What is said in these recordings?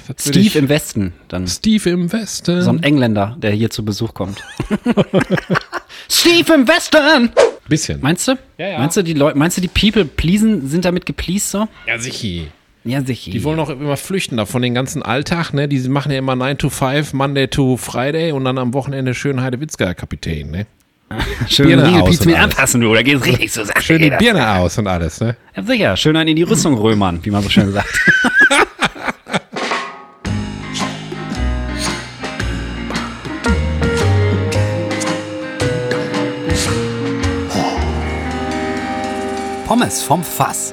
Steve im Westen. Dann. Steve im Westen. So ein Engländer, der hier zu Besuch kommt. Steve im Westen! Bisschen. Meinst du? Ja. Meinst du, die People pleasen, sind damit gepleased so? Ja, sicher. Ja, sicher. Die wollen auch immer flüchten da von den ganzen Alltag, ne? Die machen ja immer 9 to 5, Monday to Friday und dann am Wochenende schön Heidewitzka Kapitän, ne? Schön Birne Riegelpiez aus mit und alles. anpassen, du. Da geht's richtig zur Sache. Schön die geht das. Birne aus und alles, ne? Ja, sicher. Schön einen in die Rüstung römern, wie man so schön sagt. Pommes vom Fass.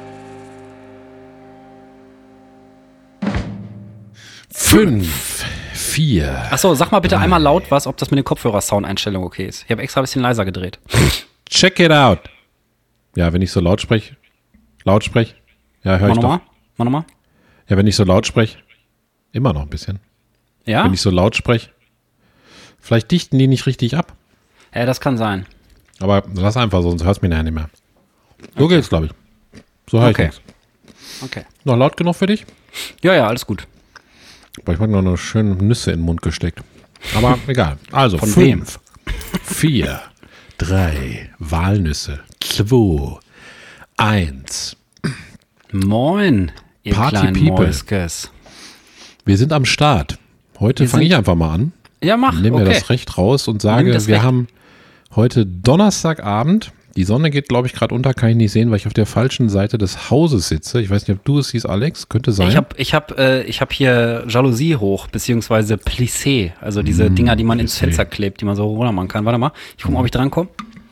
5, 4. Achso, sag mal bitte einmal laut was, ob das mit den Kopfhörer-Sound-Einstellungen okay ist. Ich habe extra ein bisschen leiser gedreht. Check it out. Ja, wenn ich so laut spreche. Ja, höre ich doch. Mach nochmal. Ja, wenn ich so laut spreche. Immer noch ein bisschen. Ja? Wenn ich so laut spreche. Vielleicht dichten die nicht richtig ab. Ja, das kann sein. Aber lass einfach so, sonst hörst du mich nachher nicht mehr. So geht's, glaube ich. So höre ich Okay. nichts. Okay. Noch laut genug für dich? Ja, alles gut. Aber ich habe noch eine schöne Nüsse in den Mund gesteckt. Aber egal. Also Von wem? 5, 4, 3, Walnüsse, 2, 1. Moin, ihr Party kleinen People. Mäuskes. Wir sind am Start. Heute fange ich einfach mal an. Ja, mach. Nehme mir Okay. das Recht raus und Nimm sage, das wir Recht. haben heute Donnerstagabend. Die Sonne geht, glaube ich, gerade unter, kann ich nicht sehen, weil ich auf der falschen Seite des Hauses sitze. Ich weiß nicht, ob du es siehst, Alex. Könnte sein. Ich hab hier Jalousie hoch, beziehungsweise Plissé. Also diese Dinger, die man ins Plissé. Fenster klebt, die man so runter machen kann. Warte mal, ich guck mal, ob ich drankomme.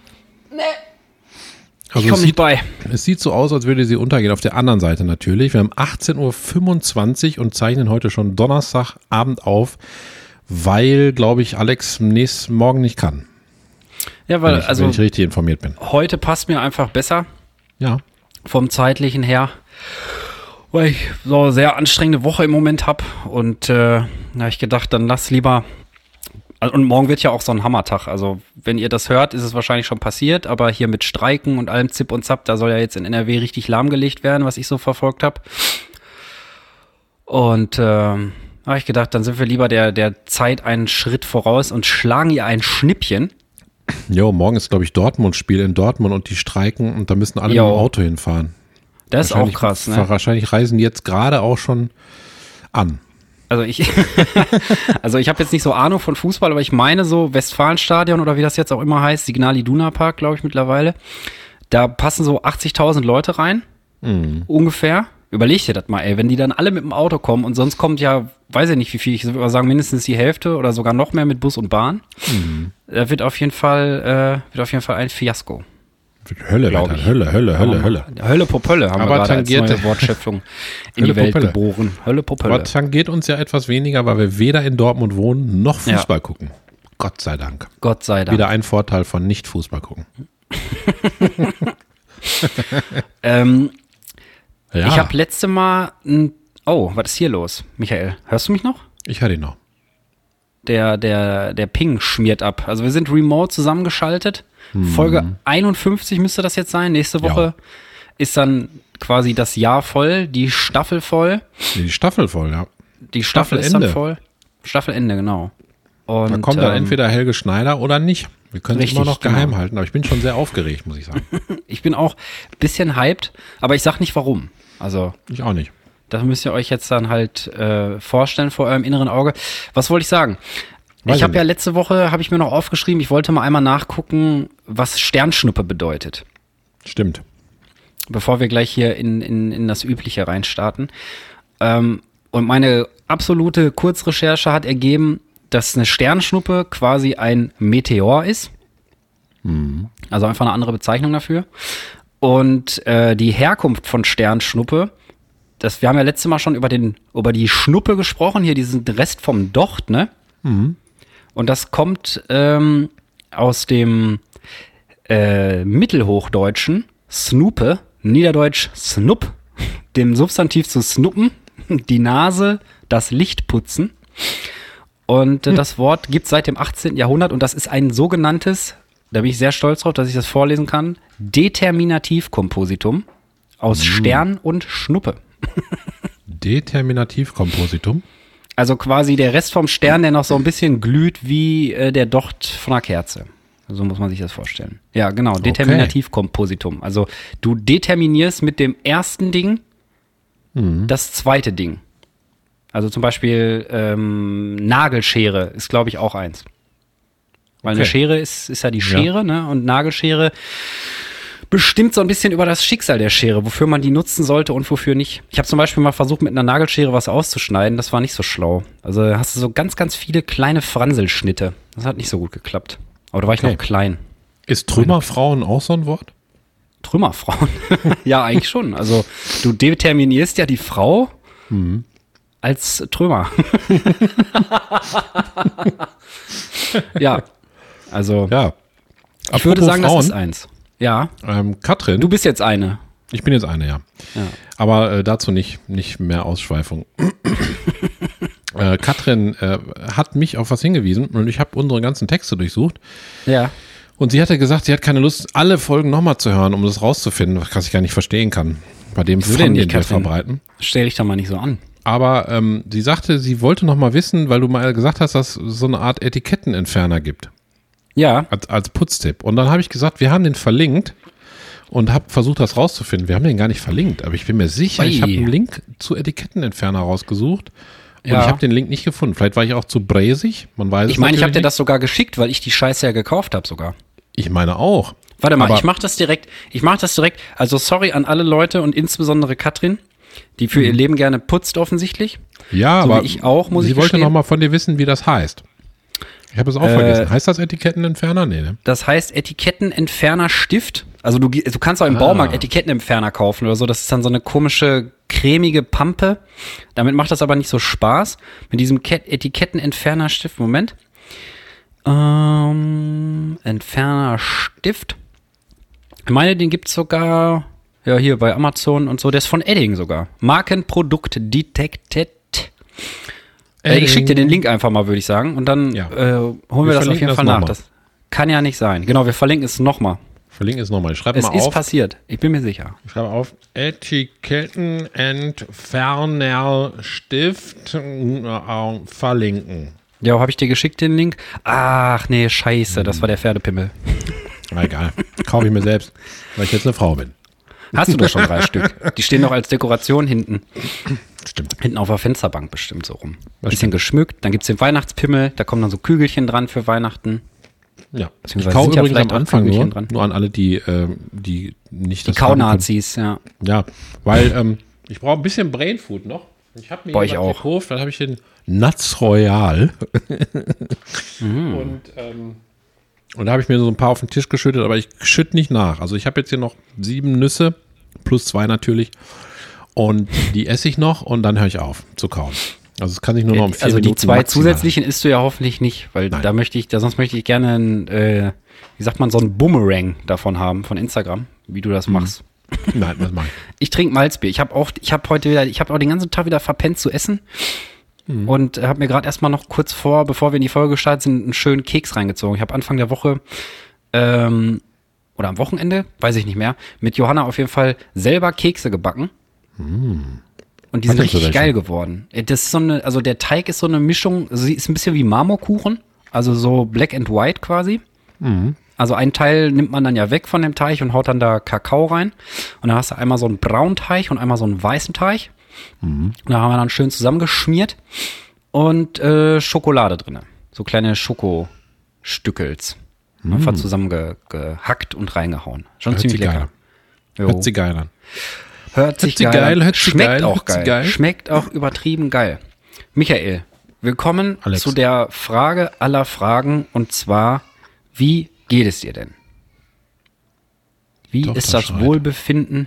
Also Ich komme nicht bei. Es sieht so aus, als würde sie untergehen. Auf der anderen Seite natürlich. Wir haben 18.25 Uhr und zeichnen heute schon Donnerstagabend auf, weil, glaube ich, Alex nächsten Morgen nicht kann. Ja, weil, Wenn ich richtig informiert bin. heute passt mir einfach besser Ja. vom zeitlichen her, weil ich so eine sehr anstrengende Woche im Moment habe und da habe ich gedacht, dann lass lieber. Also, und morgen wird ja auch so ein Hammertag. Also wenn ihr das hört, ist es wahrscheinlich schon passiert, aber hier mit Streiken und allem Zip und Zap, da soll ja jetzt in NRW richtig lahmgelegt werden, was ich so verfolgt habe. Und habe ich gedacht, dann sind wir lieber der Zeit einen Schritt voraus und schlagen ihr ein Schnippchen. Jo, morgen ist, glaube ich, Dortmund-Spiel in Dortmund und die streiken und da müssen alle Jo. mit dem Auto hinfahren. Das ist auch Wahrscheinlich- krass, ne? Wahrscheinlich reisen die jetzt gerade auch schon an. Also ich habe jetzt nicht so Ahnung von Fußball, aber ich meine so Westfalenstadion oder wie das jetzt auch immer heißt, Signal Iduna Park, glaube ich mittlerweile. Da passen so 80.000 Leute rein, ungefähr. Überleg dir das mal, ey, wenn die dann alle mit dem Auto kommen und sonst kommt ja, weiß ich nicht wie viel, ich würde mal sagen mindestens die Hälfte oder sogar noch mehr mit Bus und Bahn. Da wird auf jeden Fall ein Fiasko. Hölle, Glaub Alter. ich. Hölle. Hölle Popölle haben Aber wir gerade als tangiert- neue Wortschöpfung in Hölle die Welt Popölle. geboren. Hölle Popölle. Aber tangiert uns ja etwas weniger, weil wir weder in Dortmund wohnen, noch Fußball gucken. Gott sei Dank. Gott sei Dank. Wieder ein Vorteil von nicht Fußball gucken. Ja, Ich habe letzte Mal oh, was ist hier los? Michael, hörst du mich noch? ich höre dich noch. Der Ping schmiert ab. Also wir sind remote zusammengeschaltet. Folge 51 müsste das jetzt sein. Nächste Woche ist dann quasi das Jahr voll, die Staffel voll. Nee, die Staffel voll, ja. Die Staffel ist dann Staffelende. voll. Staffelende, genau. Und Da kommt dann entweder Helge Schneider oder nicht. Wir können es Richtig, immer noch genau. geheim halten, aber ich bin schon sehr aufgeregt, muss ich sagen. ich bin auch ein bisschen hyped, aber ich sag nicht warum. Also Ich auch nicht. das müsst ihr euch jetzt dann halt vorstellen vor eurem inneren Auge. Was wollte ich sagen? Weiß Ich habe ich ja nicht. letzte Woche, habe ich mir noch aufgeschrieben, ich wollte mal einmal nachgucken, was Sternschnuppe bedeutet. Stimmt. Bevor wir gleich hier in das Übliche reinstarten. Und meine absolute Kurzrecherche hat ergeben, dass eine Sternschnuppe quasi ein Meteor ist. Also einfach eine andere Bezeichnung dafür. Und die Herkunft von Sternschnuppe, wir haben ja letztes Mal schon über die Schnuppe gesprochen, hier diesen Rest vom Docht, ne? Und das kommt aus dem Mittelhochdeutschen Snupe, Niederdeutsch Snupp, dem Substantiv zu snuppen, die Nase, das Licht putzen. Und das Wort gibt es seit dem 18. Jahrhundert und das ist ein sogenanntes, da bin ich sehr stolz drauf, dass ich das vorlesen kann, Determinativkompositum aus Stern und Schnuppe. Determinativkompositum? Also quasi der Rest vom Stern, der noch so ein bisschen glüht wie der Docht von einer Kerze. So muss man sich das vorstellen. Ja, genau, Determinativkompositum. Also du determinierst mit dem ersten Ding das zweite Ding. Also zum Beispiel Nagelschere ist, glaube ich, auch eins. Weil eine Schere ist ja die Schere, ne? Und Nagelschere bestimmt so ein bisschen über das Schicksal der Schere, wofür man die nutzen sollte und wofür nicht. Ich habe zum Beispiel mal versucht, mit einer Nagelschere was auszuschneiden. Das war nicht so schlau. Also da hast du so ganz, ganz viele kleine Franselschnitte. Das hat nicht so gut geklappt. Aber da war ich noch klein. Ist Trümmerfrauen auch so ein Wort? Trümmerfrauen? Ja, eigentlich schon. Also du determinierst ja die Frau als Trümmer. Ja, also Ja. ich würde sagen, Frauen, das ist eins. Ja, Katrin. du bist jetzt eine. Ich bin jetzt eine, ja. Aber dazu nicht mehr Ausschweifung. Katrin hat mich auf was hingewiesen und ich habe unsere ganzen Texte durchsucht. Ja. Und sie hatte gesagt, sie hat keine Lust, alle Folgen nochmal zu hören, um das rauszufinden, was ich gar nicht verstehen kann. Bei dem Fun, den wir verbreiten. Stell dich doch mal nicht so an. Aber sie sagte, sie wollte noch mal wissen, weil du mal gesagt hast, dass es so eine Art Etikettenentferner gibt. Ja. Als Putztipp. Und dann habe ich gesagt, wir haben den verlinkt und habe versucht, das rauszufinden. Wir haben den gar nicht verlinkt, aber ich bin mir sicher, ich habe einen Link zu Etikettenentferner rausgesucht und ich habe den Link nicht gefunden. Vielleicht war ich auch zu bräsig, man weiß es nicht. Ich meine, ich habe dir das sogar geschickt, weil ich die Scheiße ja gekauft habe sogar. Ich meine auch. Warte mal, ich mache das direkt. Also sorry an alle Leute und insbesondere Katrin, die für ihr Leben gerne putzt offensichtlich. Ja, so aber wie ich auch, muss ich sie wollte gestehen. noch mal von dir wissen, wie das heißt. Ich habe es auch vergessen. Heißt das Etikettenentferner? Nee, ne? Das heißt Etikettenentferner-Stift. Also du kannst auch im Baumarkt Etikettenentferner kaufen oder so. Das ist dann so eine komische, cremige Pampe. Damit macht das aber nicht so Spaß. Mit diesem Etikettenentferner-Stift. Moment. Entferner-Stift. Ich meine, den gibt's sogar, ja, hier bei Amazon und so. Der ist von Edding sogar. Markenprodukt Detected. Ich schicke dir den Link einfach mal, würde ich sagen. Und dann holen wir das auf jeden Fall nach. Das kann ja nicht sein. Genau, wir verlinken es nochmal. Verlinken es nochmal. Ich schreibe mal auf. Es ist passiert. Ich bin mir sicher. Ich schreibe auf Etikettenentferner Stift verlinken. Ja, habe ich dir geschickt, den Link? Ach nee, scheiße, das war der Pferdepimmel. Na egal, kaufe ich mir selbst, weil ich jetzt eine Frau bin. Hast du doch schon 3 Stück. Die stehen noch als Dekoration hinten. Stimmt. Hinten auf der Fensterbank bestimmt so rum. Bisschen geschmückt, dann gibt's den Weihnachtspimmel, da kommen dann so Kügelchen dran für Weihnachten. Ja, ich kaufe übrigens vielleicht am Anfang dran. nur an alle, die nicht das Die Kaunazis, ja. Ja, weil ich brauche ein bisschen Brainfood noch. Ich habe mir jemand gekauft, dann habe ich den Nuts Royal. Und da habe ich mir so ein paar auf den Tisch geschüttet, aber ich schütte nicht nach. Also ich habe jetzt hier noch 7 Nüsse, plus 2 natürlich. Und die esse ich noch und dann höre ich auf zu kauen. Also es kann sich nur noch um 4 Minuten Also die 2 maximal. zusätzlichen isst du ja hoffentlich nicht, weil Nein. sonst möchte ich gerne wie sagt man, so einen Boomerang davon haben von Instagram, wie du das machst. Nein, das mache ich. Ich trinke Malzbier. Ich habe auch den ganzen Tag wieder verpennt zu essen. Und habe mir gerade erstmal noch kurz bevor wir in die Folge gestartet sind, einen schönen Keks reingezogen. Ich habe Anfang der Woche oder am Wochenende, weiß ich nicht mehr, mit Johanna auf jeden Fall selber Kekse gebacken. Und die sind richtig geil geworden. Das ist also der Teig ist so eine Mischung, also sie ist ein bisschen wie Marmorkuchen, also so Black and White quasi. Also einen Teil nimmt man dann ja weg von dem Teig und haut dann da Kakao rein. Und dann hast du einmal so einen braunen Teig und einmal so einen weißen Teig. Und da haben wir dann schön zusammengeschmiert und Schokolade drin. So kleine Schokostückels. Einfach zusammen gehackt und reingehauen. Schon Hört ziemlich sich lecker. Hört sich geil an. Hört sich geil an. Schmeckt auch geil. geil. Schmeckt auch übertrieben geil. Michael, willkommen Alex. zu der Frage aller Fragen. Und zwar, wie geht es dir denn? Wie Tochter ist das schreit. Wohlbefinden?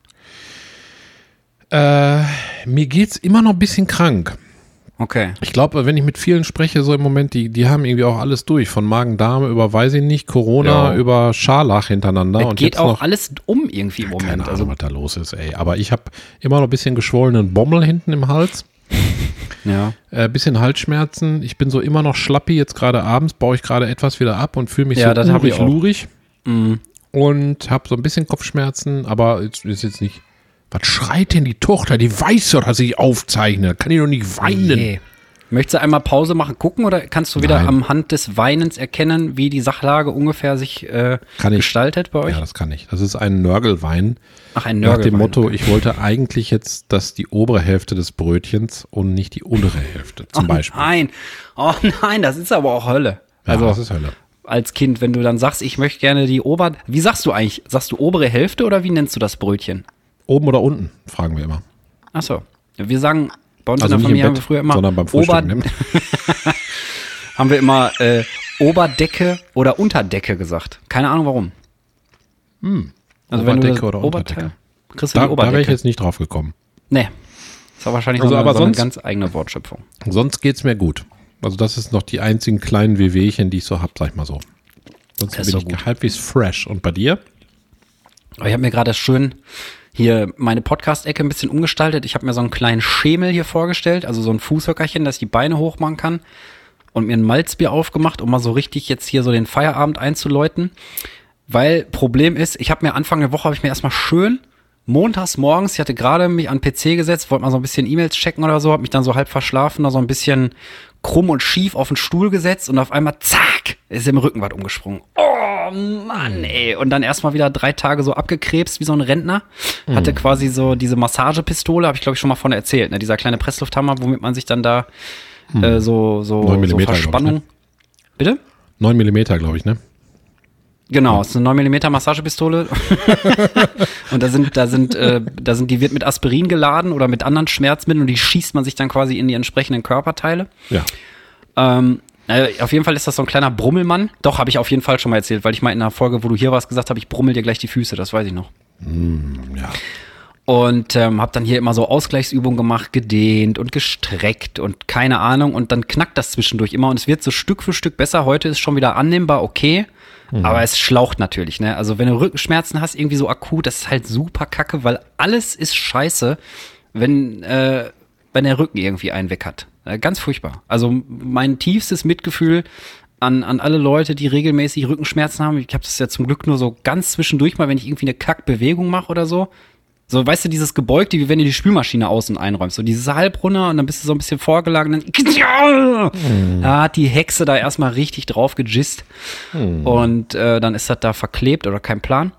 Mir geht's immer noch ein bisschen krank. Okay. Ich glaube, wenn ich mit vielen spreche, so im Moment, die haben irgendwie auch alles durch. Von Magen-Darm über, weiß ich nicht, Corona, über Scharlach hintereinander. Es und geht jetzt auch noch, alles irgendwie im Moment. keine Ahnung, Also, was da los ist, ey. Aber ich habe immer noch ein bisschen geschwollenen Bommel hinten im Hals. ja. Bisschen Halsschmerzen. Ich bin so immer noch schlappi. Jetzt gerade abends baue ich gerade etwas wieder ab und fühle mich Ja, das so hab ich auch. lurig. Und habe so ein bisschen Kopfschmerzen, aber es ist jetzt nicht Was schreit denn die Tochter? Die weiß doch, dass ich aufzeichne. Kann die doch nicht weinen. Nee. Möchtest du einmal Pause machen, gucken oder kannst du wieder am Hand des Weinens erkennen, wie die Sachlage ungefähr sich gestaltet bei euch? Ja, das kann ich. Das ist ein Nörgelwein. Ach, ein Nörgelwein. Nach dem Motto, ich wollte eigentlich jetzt, dass die obere Hälfte des Brötchens und nicht die untere Hälfte zum Beispiel. Oh nein, das ist aber auch Hölle. Ja, Also das ist Hölle. als Kind, wenn du dann sagst, ich möchte gerne die Wie sagst du eigentlich? Sagst du obere Hälfte oder wie nennst du das Brötchen? Oben oder unten, fragen wir immer. Ach so. Wir sagen, bei uns Also in der nicht Familie im haben Bett, wir früher immer sondern beim Frühstück. haben wir immer Oberdecke oder Unterdecke gesagt. Keine Ahnung warum. Also Oberdecke wenn oder du Unterdecke. kriegst du Da die Oberdecke. wäre ich jetzt nicht drauf gekommen. Nee. Ist aber wahrscheinlich Also, so aber eine sonst- ganz eigene Wortschöpfung. Sonst geht's mir gut. Also das ist noch die einzigen kleinen Wehwehchen, die ich so hab, sag ich mal so. Sonst Das bin ist ich doch halbwegs fresh. Und bei dir? Aber ich habe mir gerade schön hier meine Podcast-Ecke ein bisschen umgestaltet. Ich habe mir so einen kleinen Schemel hier vorgestellt, also so ein Fußhöckerchen, dass ich die Beine hochmachen kann und mir ein Malzbier aufgemacht, um mal so richtig jetzt hier so den Feierabend einzuläuten. Weil Problem ist, ich habe mir Anfang der Woche, habe ich mir erstmal schön montags morgens, ich hatte gerade mich an den PC gesetzt, wollte mal so ein bisschen E-Mails checken oder so, habe mich dann so halb verschlafen, da so ein bisschen krumm und schief auf den Stuhl gesetzt und auf einmal, zack, ist im Rücken was umgesprungen. Oh Mann, ey. Und dann erstmal wieder 3 Tage so abgekrebst wie so ein Rentner. Hatte quasi so diese Massagepistole, habe ich glaube ich schon mal von erzählt, ne? Dieser kleine Presslufthammer, womit man sich dann da so 9 Millimeter, Verspannung. Bitte? 9 Millimeter, glaube ich, ne? Genau, es ist eine 9 mm Massagepistole. Und die wird mit Aspirin geladen oder mit anderen Schmerzmitteln und die schießt man sich dann quasi in die entsprechenden Körperteile. Ja. Auf jeden Fall ist das so ein kleiner Brummelmann. Doch, habe ich auf jeden Fall schon mal erzählt, weil ich mal in einer Folge, wo du hier warst, gesagt habe, ich brummel dir gleich die Füße, das weiß ich noch. Ja. Und habe dann hier immer so Ausgleichsübungen gemacht, gedehnt und gestreckt und keine Ahnung. Und dann knackt das zwischendurch immer und es wird so Stück für Stück besser. Heute ist schon wieder annehmbar, okay. Aber es schlaucht natürlich, ne? Also wenn du Rückenschmerzen hast, irgendwie so akut, das ist halt super kacke, weil alles ist scheiße, wenn der Rücken irgendwie einen weg hat. Ganz furchtbar. Also mein tiefstes Mitgefühl an alle Leute, die regelmäßig Rückenschmerzen haben. Ich habe das ja zum Glück nur so ganz zwischendurch mal, wenn ich irgendwie eine Kackbewegung mache oder so. So, weißt du, dieses Gebeugte, wie wenn du die Spülmaschine aus- und einräumst. So dieses halb runter und dann bist du so ein bisschen vorgelagert und dann da hat die Hexe da erstmal richtig drauf gejist. Und dann ist das da verklebt oder kein Plan.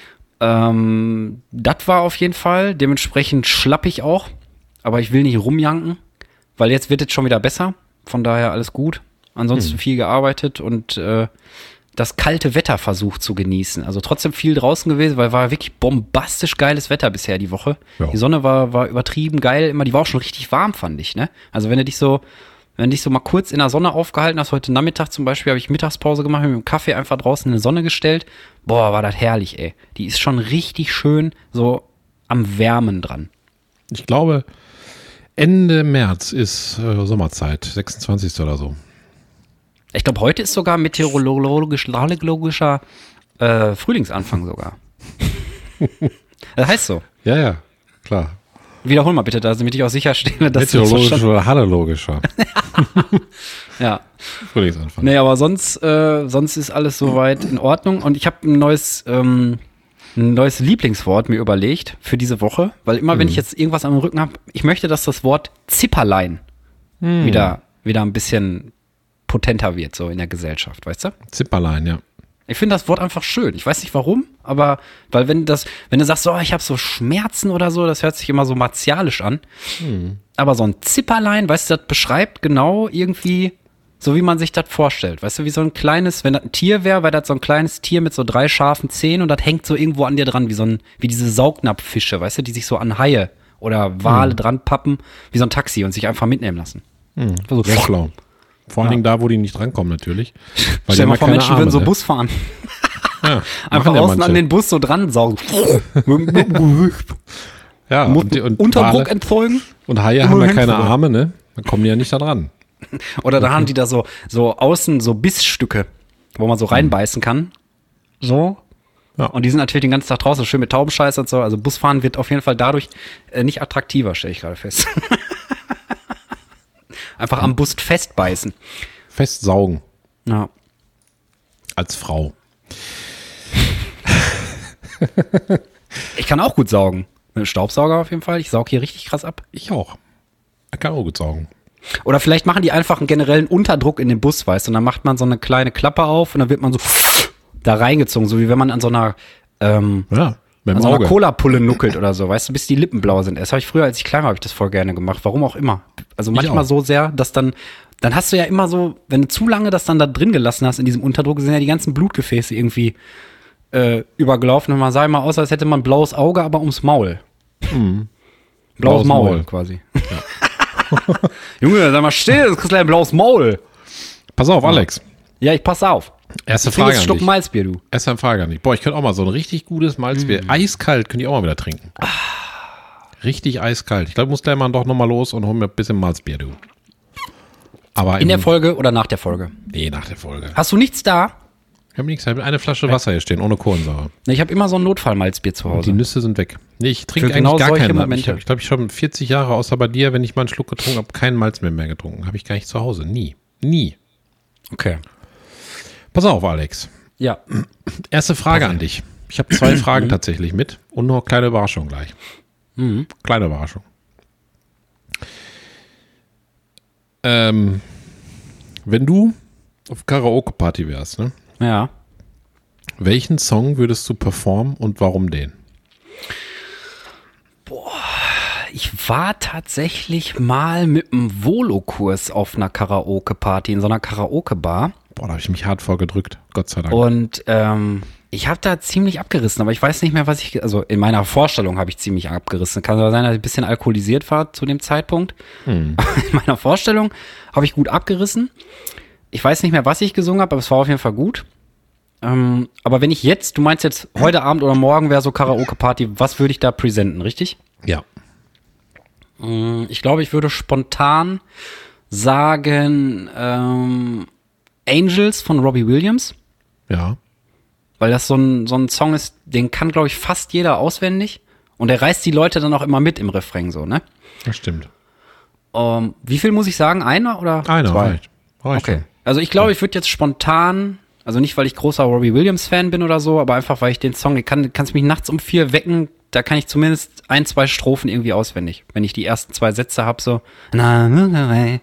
Das war auf jeden Fall. Dementsprechend schlappig auch. Aber ich will nicht rumjanken, weil jetzt wird es schon wieder besser. Von daher alles gut. Ansonsten viel gearbeitet und das kalte Wetter versucht zu genießen. Also trotzdem viel draußen gewesen, weil war wirklich bombastisch geiles Wetter bisher die Woche. Ja. Die Sonne war übertrieben geil, immer, die war auch schon richtig warm, fand ich, ne? Also wenn du dich so mal kurz in der Sonne aufgehalten hast, heute Nachmittag zum Beispiel, habe ich Mittagspause gemacht, mit dem Kaffee einfach draußen in die Sonne gestellt. Boah, war das herrlich, ey. Die ist schon richtig schön so am Wärmen dran. Ich glaube, Ende März ist Sommerzeit, 26. oder so. Ich glaube, heute ist sogar meteorologischer Frühlingsanfang sogar. Das heißt so. Ja, ja, klar. Wiederhol mal bitte, damit ich auch sicherstelle, dass Meteorologischer oder hallologischer. Ja. Frühlingsanfang. Nee, aber sonst ist alles soweit in Ordnung. Und ich habe ein neues Lieblingswort mir überlegt für diese Woche, weil immer, wenn ich jetzt irgendwas am Rücken habe, ich möchte, dass das Wort Zipperlein wieder ein bisschen potenter wird, so in der Gesellschaft, weißt du? Zipperlein, ja. Ich finde das Wort einfach schön. Ich weiß nicht warum, aber weil wenn du sagst, so, ich habe so Schmerzen oder so, das hört sich immer so martialisch an. Aber so ein Zipperlein, weißt du, das beschreibt genau irgendwie so, wie man sich das vorstellt. Weißt du, wie so ein kleines, wenn das ein Tier wäre, wäre das so ein kleines Tier mit so 3 scharfen Zähnen und das hängt so irgendwo an dir dran, wie diese Saugnapffische, weißt du, die sich so an Haie oder Wale dran pappen, wie so ein Taxi und sich einfach mitnehmen lassen. So, Sehr schlau. Vor allen Dingen da, wo die nicht drankommen natürlich. Weil Stell dir mal vor, Menschen würden so ne? Bus fahren. Ja, Einfach machen ja außen manche. an den Bus so dran saugen. Ja, und Unterdruck Wale erzeugen. und Haie haben ja keine Arme, ne? Dann kommen die ja nicht da dran. Oder da haben die da so außen so Bissstücke, wo man so reinbeißen kann. So. Ja. Und die sind natürlich den ganzen Tag draußen, schön mit Taubenscheiß und so. Also Busfahren wird auf jeden Fall dadurch nicht attraktiver, stelle ich gerade fest. Einfach am Bus festbeißen. Festsaugen. Ja. Als Frau. Ich kann auch gut saugen. Mit dem Staubsauger auf jeden Fall. Ich saug hier richtig krass ab. Ich auch. Ich kann auch gut saugen. Oder vielleicht machen die einfach einen generellen Unterdruck in den Bus, weißt du, und dann macht man so eine kleine Klappe auf und dann wird man so da reingezogen, so wie wenn man an so einer Cola-Pulle nuckelt oder so, weißt du, bis die Lippen blau sind. Das habe ich früher, als ich klein war, habe ich das voll gerne gemacht. Warum auch immer. Also manchmal so sehr, dass dann hast du ja immer so, wenn du zu lange das dann da drin gelassen hast in diesem Unterdruck, sind ja die ganzen Blutgefäße irgendwie übergelaufen. Und man sah immer aus, als hätte man ein blaues Auge, aber ums Maul. Mhm. Blaues Maul quasi. Ja. Junge, sag mal still, das kriegst du ein blaues Maul. Pass auf, Alex. Ja, ich pass auf. Erste Frage an dich. Malzbier, du. Erste Frage an dich. Boah, ich könnte auch mal so ein richtig gutes Malzbier, eiskalt, könnte ich auch mal wieder trinken. Richtig eiskalt. Ich glaube, ich muss gleich mal doch nochmal los und hol mir ein bisschen Malzbier, du. Aber in der Folge oder nach der Folge? Nee, nach der Folge. Hast du nichts da? Ich habe nichts. Ich habe eine Flasche Wasser hier stehen, ohne Kohlensäure. Ich habe immer so ein Notfallmalzbier zu Hause. Und die Nüsse sind weg. Nee, ich trinke eigentlich genau gar keinen Momente. Ich glaube, ich schon 40 Jahre, außer bei dir, wenn ich mal einen Schluck getrunken habe, keinen Malz mehr getrunken. Habe ich gar nicht zu Hause. Nie. Okay. Pass auf, Alex. Ja. Erste Frage an dich. Ich habe 2 Fragen tatsächlich mit und noch eine kleine Überraschung gleich. Kleine Überraschung. Wenn du auf Karaoke-Party wärst, ne? Ja. Welchen Song würdest du performen und warum den? Boah, ich war tatsächlich mal mit einem Volokurs auf einer Karaoke-Party, in so einer Karaoke-Bar. Boah, da habe ich mich hart vorgedrückt, Gott sei Dank. Und ich habe da ziemlich abgerissen, aber ich weiß nicht mehr, also in meiner Vorstellung habe ich ziemlich abgerissen. Kann aber sein, dass ich ein bisschen alkoholisiert war zu dem Zeitpunkt. In meiner Vorstellung habe ich gut abgerissen. Ich weiß nicht mehr, was ich gesungen habe, aber es war auf jeden Fall gut. Aber wenn ich du meinst jetzt heute Abend oder morgen wäre so Karaoke-Party, was würde ich da präsentieren, richtig? Ja. Ich glaube, ich würde spontan sagen Angels von Robbie Williams. Ja. Weil das so ein Song ist, den kann, glaube ich, fast jeder auswendig. Und der reißt die Leute dann auch immer mit im Refrain so, ne? Das stimmt. Wie viel muss ich sagen? Einer oder Einer, 2? reicht. Okay. Also ich glaube, ich würde jetzt spontan, also nicht, weil ich großer Robbie Williams-Fan bin oder so, aber einfach, weil ich den Song, kannst mich nachts um 4 wecken, da kann ich zumindest 1, 2 Strophen irgendwie auswendig. Wenn ich die ersten 2 Sätze habe, so Das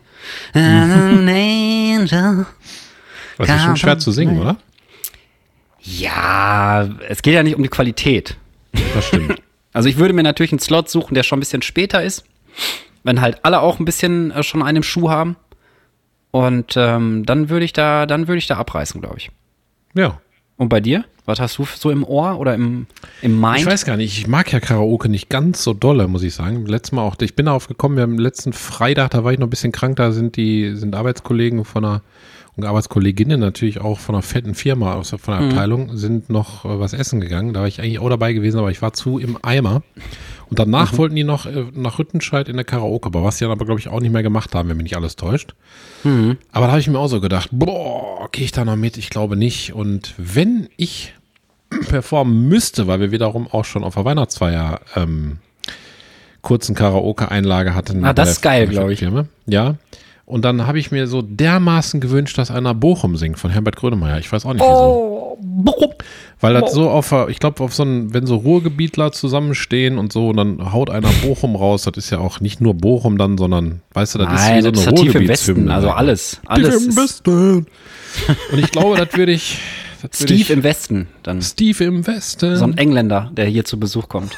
ist schon schwer zu singen, oder? Ja, es geht ja nicht um die Qualität. Das stimmt. Also ich würde mir natürlich einen Slot suchen, der schon ein bisschen später ist, wenn halt alle auch ein bisschen schon einen im Schuh haben. Und dann würde ich da abreißen, glaube ich. Ja. Und bei dir? Was hast du so im Ohr oder im Mind? Ich weiß gar nicht, ich mag ja Karaoke nicht ganz so dolle, muss ich sagen. Letztes Mal auch, ich bin darauf gekommen, wir haben letzten Freitag, da war ich noch ein bisschen krank, da sind Arbeitskollegen und Arbeitskolleginnen natürlich auch von einer fetten Firma, von der Abteilung, sind noch was essen gegangen. Da war ich eigentlich auch dabei gewesen, aber ich war zu im Eimer. Und danach wollten die noch nach Rüttenscheid in der Karaoke-Bar, was sie dann aber, glaube ich, auch nicht mehr gemacht haben, wenn mich nicht alles täuscht. Aber da habe ich mir auch so gedacht, boah, gehe ich da noch mit? Ich glaube nicht. Und wenn ich performen müsste, weil wir wiederum auch schon auf der Weihnachtsfeier kurzen Karaoke-Einlage hatten. Das ist geil, glaube ich. Firma. Ja. Und dann habe ich mir so dermaßen gewünscht, dass einer Bochum singt von Herbert Grönemeyer. Ich weiß auch nicht wieso. Bochum. Weil das so ich glaube, wenn so Ruhrgebietler zusammenstehen und so, und dann haut einer Bochum raus, das ist ja auch nicht nur Bochum dann, sondern, weißt du, das ist wie so eine Ruhrgebietshymne. Also alles Tief im Westen. Und ich glaube, das würde ich... Steve im Westen dann. Steve im Westen. So ein Engländer, der hier zu Besuch kommt.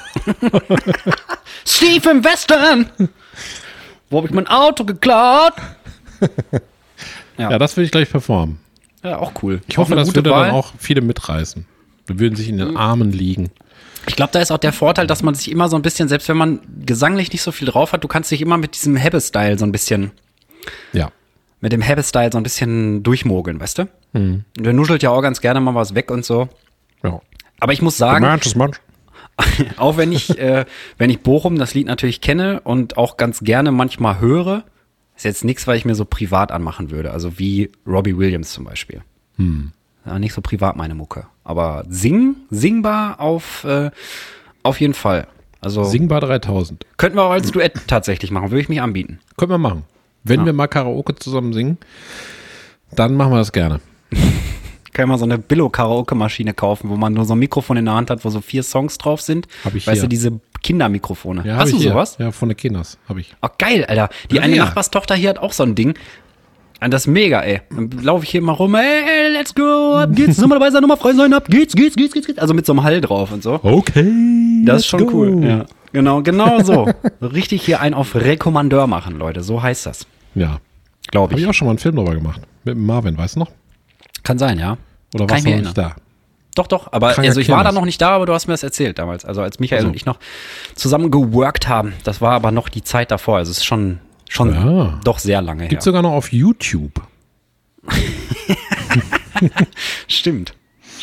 Steve im Westen! Wo habe ich mein Auto geklaut? Ja, das würde ich gleich performen. Ja, auch cool. Ich hoffe, das würde dann auch viele mitreißen. Wir würden sich in den Armen liegen. Ich glaube, da ist auch der Vorteil, dass man sich immer so ein bisschen, selbst wenn man gesanglich nicht so viel drauf hat, du kannst dich immer mit diesem Hebbe-Style so ein bisschen, mit dem Hebbe-Style so ein bisschen durchmogeln, weißt du? Der nuschelt ja auch ganz gerne mal was weg und so. Ja. Aber ich muss sagen, auch wenn ich Bochum, das Lied natürlich kenne und auch ganz gerne manchmal höre, ist jetzt nichts, was ich mir so privat anmachen würde. Also wie Robbie Williams zum Beispiel. Ja, nicht so privat meine Mucke. Aber singbar auf jeden Fall. Also singbar 3000. Könnten wir auch als Duett tatsächlich machen, würde ich mich anbieten. Können wir machen. Wenn wir mal Karaoke zusammen singen, dann machen wir das gerne. kann man so eine Billo-Karaoke-Maschine kaufen, wo man nur so ein Mikrofon in der Hand hat, wo so 4 Songs drauf sind. Hab ich weißt hier. du, diese Kindermikrofone. Ja, Hast du sowas? Ja, von den Kinders habe ich. Oh, geil, Alter. Die eine Nachbarstochter hier hat auch so ein Ding. Und das ist mega, ey. Dann laufe ich hier mal rum, ey, let's go, ab geht's, Nummer dabei sein, Nummer frei sein, ab geht's. Also mit so einem Hall drauf und so. Okay. Das ist schon cool. Ja. Genau so. Richtig hier einen auf Rekommandeur machen, Leute. So heißt das. Ja. Glaube Habe ich. ich auch schon mal einen Film drüber gemacht. Mit dem Marvin, weißt du noch? Kann sein, ja. Oder Kann warst ich du mir noch nicht da? Doch. Aber Kranker also ich war da Kirmes. noch nicht da, aber du hast mir das erzählt damals. Also als Michael Also. und ich noch zusammen geworkt haben. Das war aber noch die Zeit davor. Also es ist schon Ja. doch sehr lange Gibt's her. sogar noch auf YouTube. Stimmt.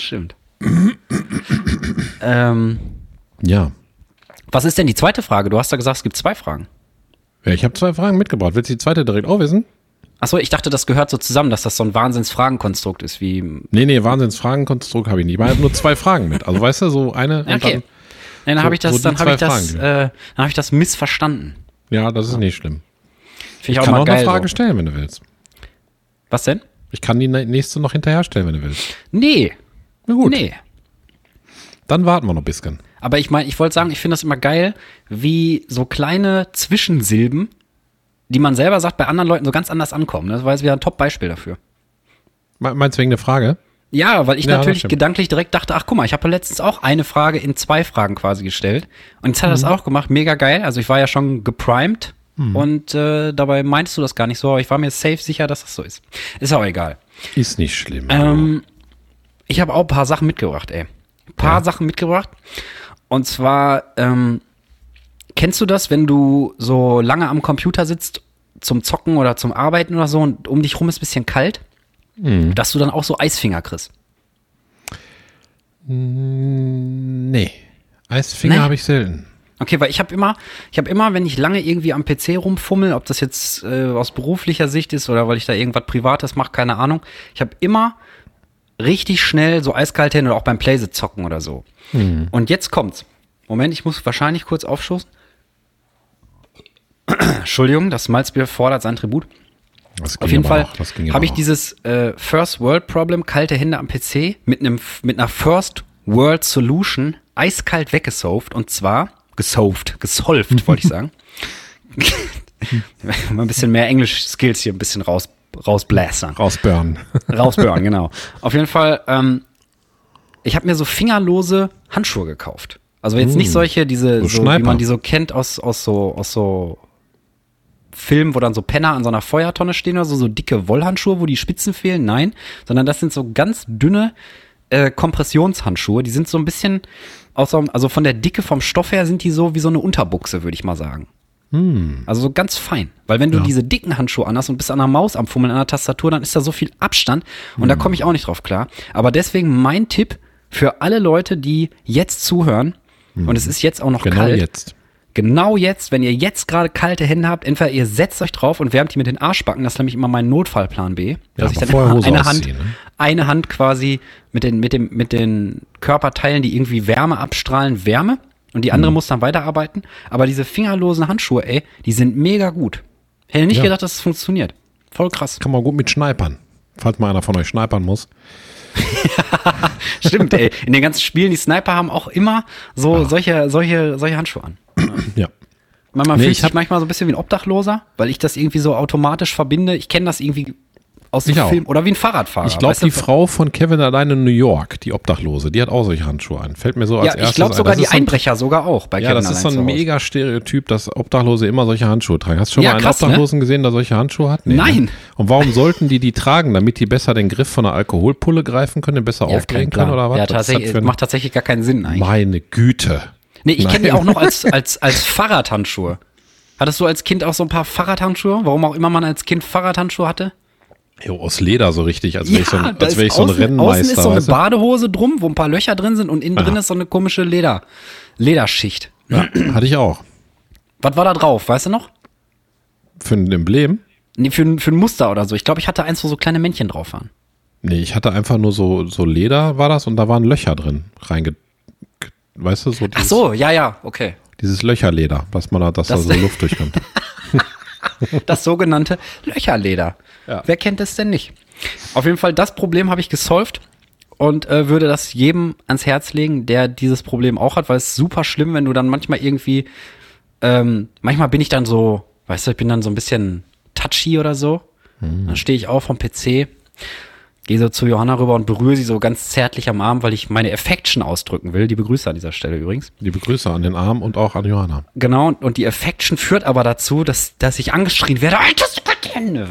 Ja. Was ist denn die zweite Frage? Du hast ja gesagt, es gibt 2 Fragen. Ja, ich habe 2 Fragen mitgebracht. Willst du die zweite direkt auch wissen? Achso, ich dachte, das gehört so zusammen, dass das so ein Wahnsinns-Fragenkonstrukt ist, wie. Nee, Wahnsinns-Fragenkonstrukt habe ich nicht. Ich habe nur 2 Fragen mit. Also weißt du, so eine und Okay. Dann so- habe ich das, so die dann habe ich zwei das, Fragen. dann habe ich das missverstanden. dann. Ja, das ist nicht schlimm. Finde ich Ich auch kann mal auch geil. eine Frage So. stellen, wenn du willst. Was denn? Ich kann die nächste noch hinterher stellen, wenn du willst. Nee. Na gut, Nee. dann warten wir noch ein bisschen. Aber ich meine, ich wollte sagen, ich finde das immer geil, wie so kleine Zwischensilben, die man selber sagt, bei anderen Leuten so ganz anders ankommen. Das war jetzt wieder ein Top-Beispiel dafür. Meinst du wegen der Frage? Ja, weil ich Ja, das natürlich stimmt. gedanklich direkt dachte, ach guck mal, ich habe ja letztens auch eine Frage in 2 Fragen quasi gestellt. Und jetzt hat er das auch gemacht, mega geil. Also ich war ja schon geprimed und dabei meintest du das gar nicht so, aber ich war mir safe sicher, dass das so ist. Ist auch egal. Ist nicht schlimm. Ich habe auch ein paar Sachen mitgebracht, ey. Ein paar Sachen mitgebracht. Und zwar, kennst du das, wenn du so lange am Computer sitzt zum Zocken oder zum Arbeiten oder so und um dich rum ist ein bisschen kalt, dass du dann auch so Eisfinger kriegst? Nee. Eisfinger Nee? habe ich selten. Okay, weil ich habe immer, wenn ich lange irgendwie am PC rumfummel, ob das jetzt aus beruflicher Sicht ist oder weil ich da irgendwas Privates mache, keine Ahnung, ich habe immer richtig schnell so eiskalte Hände oder auch beim Playsee zocken oder so. Und jetzt kommt's. Moment, ich muss wahrscheinlich kurz aufstoßen. Entschuldigung, das Malzbier fordert sein Tribut. Das ging Auf jeden aber Fall noch, das ging aber habe ich noch. dieses First World Problem, kalte Hände am PC, mit einer First World Solution eiskalt weggesauft und zwar gesolved, wollte ich sagen. Mal ein bisschen mehr Englisch-Skills hier ein bisschen rausblästern. Rausburnen. Rausburn, genau. Auf jeden Fall, ich habe mir so fingerlose Handschuhe gekauft. Also jetzt nicht solche, So so wie Schneiper. man die so kennt aus so Filmen, wo dann so Penner an so einer Feuertonne stehen oder so dicke Wollhandschuhe, wo die Spitzen fehlen. Nein, sondern das sind so ganz dünne Kompressionshandschuhe. Die sind so ein bisschen also von der Dicke vom Stoff her sind die so wie so eine Unterbuchse, würde ich mal sagen. Also so ganz fein. Weil wenn du diese dicken Handschuhe anhast und bist an der Maus am Fummeln, an der Tastatur, dann ist da so viel Abstand und da komme ich auch nicht drauf klar. Aber deswegen mein Tipp für alle Leute, die jetzt zuhören und es ist jetzt auch noch Genau kalt. jetzt. Genau jetzt, wenn ihr jetzt gerade kalte Hände habt, entweder ihr setzt euch drauf und wärmt die mit den Arschbacken, das ist nämlich immer mein Notfallplan B, dass ich aber dann vorher immer Hose ausziehen, ne? eine Hand quasi mit den Körperteilen, die irgendwie Wärme abstrahlen, Wärme und die andere muss dann weiterarbeiten. Aber diese fingerlosen Handschuhe, ey, die sind mega gut. Hätte nicht Ja. gedacht, dass es funktioniert. Voll krass. Kann man gut mit Schneipern. Falls mal einer von euch snipern muss. Stimmt, ey. In den ganzen Spielen, die Sniper haben auch immer so solche Handschuhe an. Ja. Man Nee, fühlt ich sich hab- manchmal so ein bisschen wie ein Obdachloser, weil ich das irgendwie so automatisch verbinde. Ich kenne das irgendwie aus dem Ich auch. Film. Oder wie ein Fahrradfahrer. Ich glaube, weißt du? die Frau von Kevin allein in New York, die Obdachlose, die hat auch solche Handschuhe an. Fällt mir so als Ja, erstes ich glaube ein. sogar Das die ist so ein- Einbrecher sogar auch bei Ja, Kevin das ist so allein ein zu Hause. mega Stereotyp, dass Obdachlose immer solche Handschuhe tragen. Hast du schon Ja, mal einen krass, ne? Obdachlosen gesehen, der solche Handschuhe hat? Nee, Nein. Ne? Und warum sollten die tragen? Damit die besser den Griff von einer Alkoholpulle greifen können, den besser aufdrehen können oder was? Ja, Was ist das tatsächlich, für ein- macht tatsächlich gar keinen Sinn eigentlich. Meine Güte. Nee, ich kenne die Nein. auch noch als Fahrradhandschuhe. Hattest du als Kind auch so ein paar Fahrradhandschuhe? Warum auch immer man als Kind Fahrradhandschuhe hatte? Jo, aus Leder so richtig, als wäre ich so ein, da als ist wär ich so ein außen Rennmeister. ist so eine weißt du? Badehose drum, wo ein paar Löcher drin sind und innen drin ist so eine komische Lederschicht. Ja, hatte ich auch. Was war da drauf, weißt du noch? Für ein Emblem? Nee, für ein Muster oder so. Ich glaube, ich hatte eins, wo so kleine Männchen drauf waren. Nee, ich hatte einfach nur so Leder war das und da waren Löcher drin weißt du, so Ach dieses, so, ja, okay. dieses Löcherleder, was man da, dass da Das- so Luft durchkommt. Das sogenannte Löcherleder. Ja. Wer kennt das denn nicht? Auf jeden Fall, das Problem habe ich gesolved. und würde das jedem ans Herz legen, der dieses Problem auch hat, weil es ist super schlimm, wenn du dann manchmal irgendwie, manchmal bin ich dann so, weißt du, ich bin dann so ein bisschen touchy oder so. Dann stehe ich auf vom PC, gehe so zu Johanna rüber und berühre sie so ganz zärtlich am Arm, weil ich meine Affection ausdrücken will. Liebe Grüße an dieser Stelle übrigens. Liebe Grüße an den Arm und auch an Johanna. Genau, und die Affection führt aber dazu, dass ich angeschrien werde, altes Hände.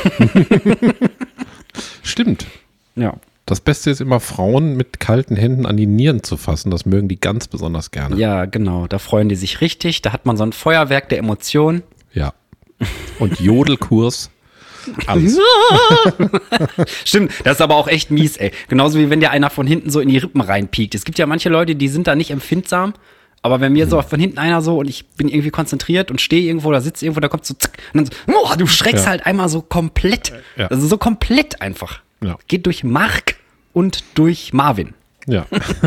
Stimmt. Ja. Das Beste ist immer, Frauen mit kalten Händen an die Nieren zu fassen. Das mögen die ganz besonders gerne. Ja, genau. Da freuen die sich richtig. Da hat man so ein Feuerwerk der Emotionen. Ja. Und Jodelkurs. Alles. Stimmt, das ist aber auch echt mies, ey. Genauso wie wenn dir einer von hinten so in die Rippen reinpiekt. Es gibt ja manche Leute, die sind da nicht empfindsam. Aber wenn mir so von hinten einer so und ich bin irgendwie konzentriert und stehe irgendwo oder sitze irgendwo, da kommt so zack. Und dann so, du schreckst halt einmal so komplett. Ja. Also so komplett einfach. Ja. Geht durch Mark und durch Marvin. Ja.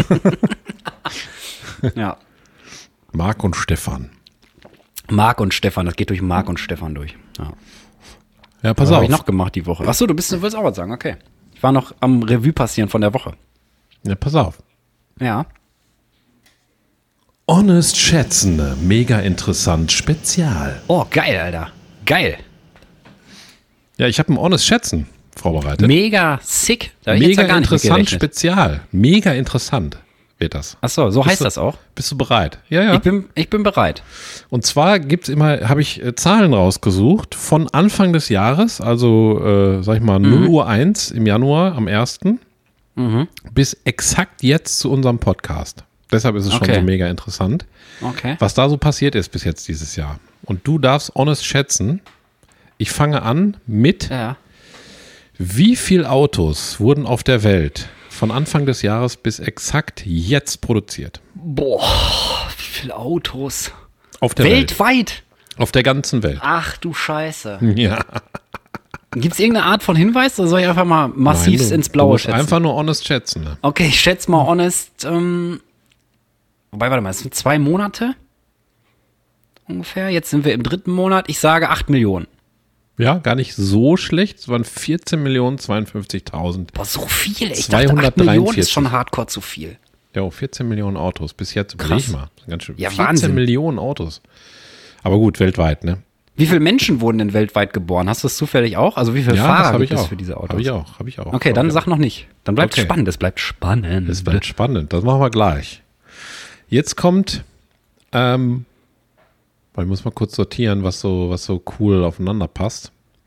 Ja. Marc und Stefan. Marc und Stefan, das geht durch Marc und Stefan durch. Ja. Ja, pass Was auf. habe ich noch gemacht die Woche? Achso, du willst auch was sagen, okay. Ich war noch am Revue passieren von der Woche. Ja, pass auf. Ja. Honest Schätzende, mega interessant, Spezial. Oh, geil, Alter. Geil. Ja, ich habe ein Honest Schätzen vorbereitet. Mega sick. Da hab ich jetzt Mega ja gar nicht mit interessant, gerechnet. Spezial. Mega interessant wird das. Achso, so heißt das auch? Bist du bereit? Ja, ja. Ich bin bereit. Und zwar habe ich Zahlen rausgesucht von Anfang des Jahres, also sag ich mal 0 Uhr 1 im Januar am 1. Bis exakt jetzt zu unserem Podcast. Deshalb ist es schon so mega interessant, Okay. was da so passiert ist bis jetzt dieses Jahr. Und du darfst honest schätzen. Ich fange an mit, Ja. wie viele Autos wurden auf der Welt von Anfang des Jahres bis exakt jetzt produziert? Boah, wie viele Autos. Auf der Welt. Weltweit. Auf der ganzen Welt. Ach du Scheiße. Ja. Gibt es irgendeine Art von Hinweis oder soll ich einfach mal massivst ins Du Blaue musst schätzen? einfach nur honest schätzen. Ne? Okay, ich schätze mal honest. Wobei, warte mal, es sind 2 Monate ungefähr. Jetzt sind wir im 3. Monat. Ich sage 8 Millionen. Ja, gar nicht so schlecht. Es waren 14.052.000. Boah, so viel. Ich dachte, 8 Millionen ist schon hardcore zu viel. Ja, 14 Millionen Autos. Bis jetzt, Krass. überleg mal. Ganz schön. Ja, 14 Wahnsinn. Millionen Autos. Aber gut, weltweit, ne? Wie viele Menschen wurden denn weltweit geboren? Hast du das zufällig auch? Also wie viele Ja, Fahrer das habe gibt ich es auch. für diese Autos? Habe ich auch. Okay, dann sag noch nicht. Dann bleibt Okay. spannend. Es bleibt spannend. Das wird spannend. Das machen wir gleich. Jetzt kommt, weil ich muss mal kurz sortieren, was so cool aufeinander passt.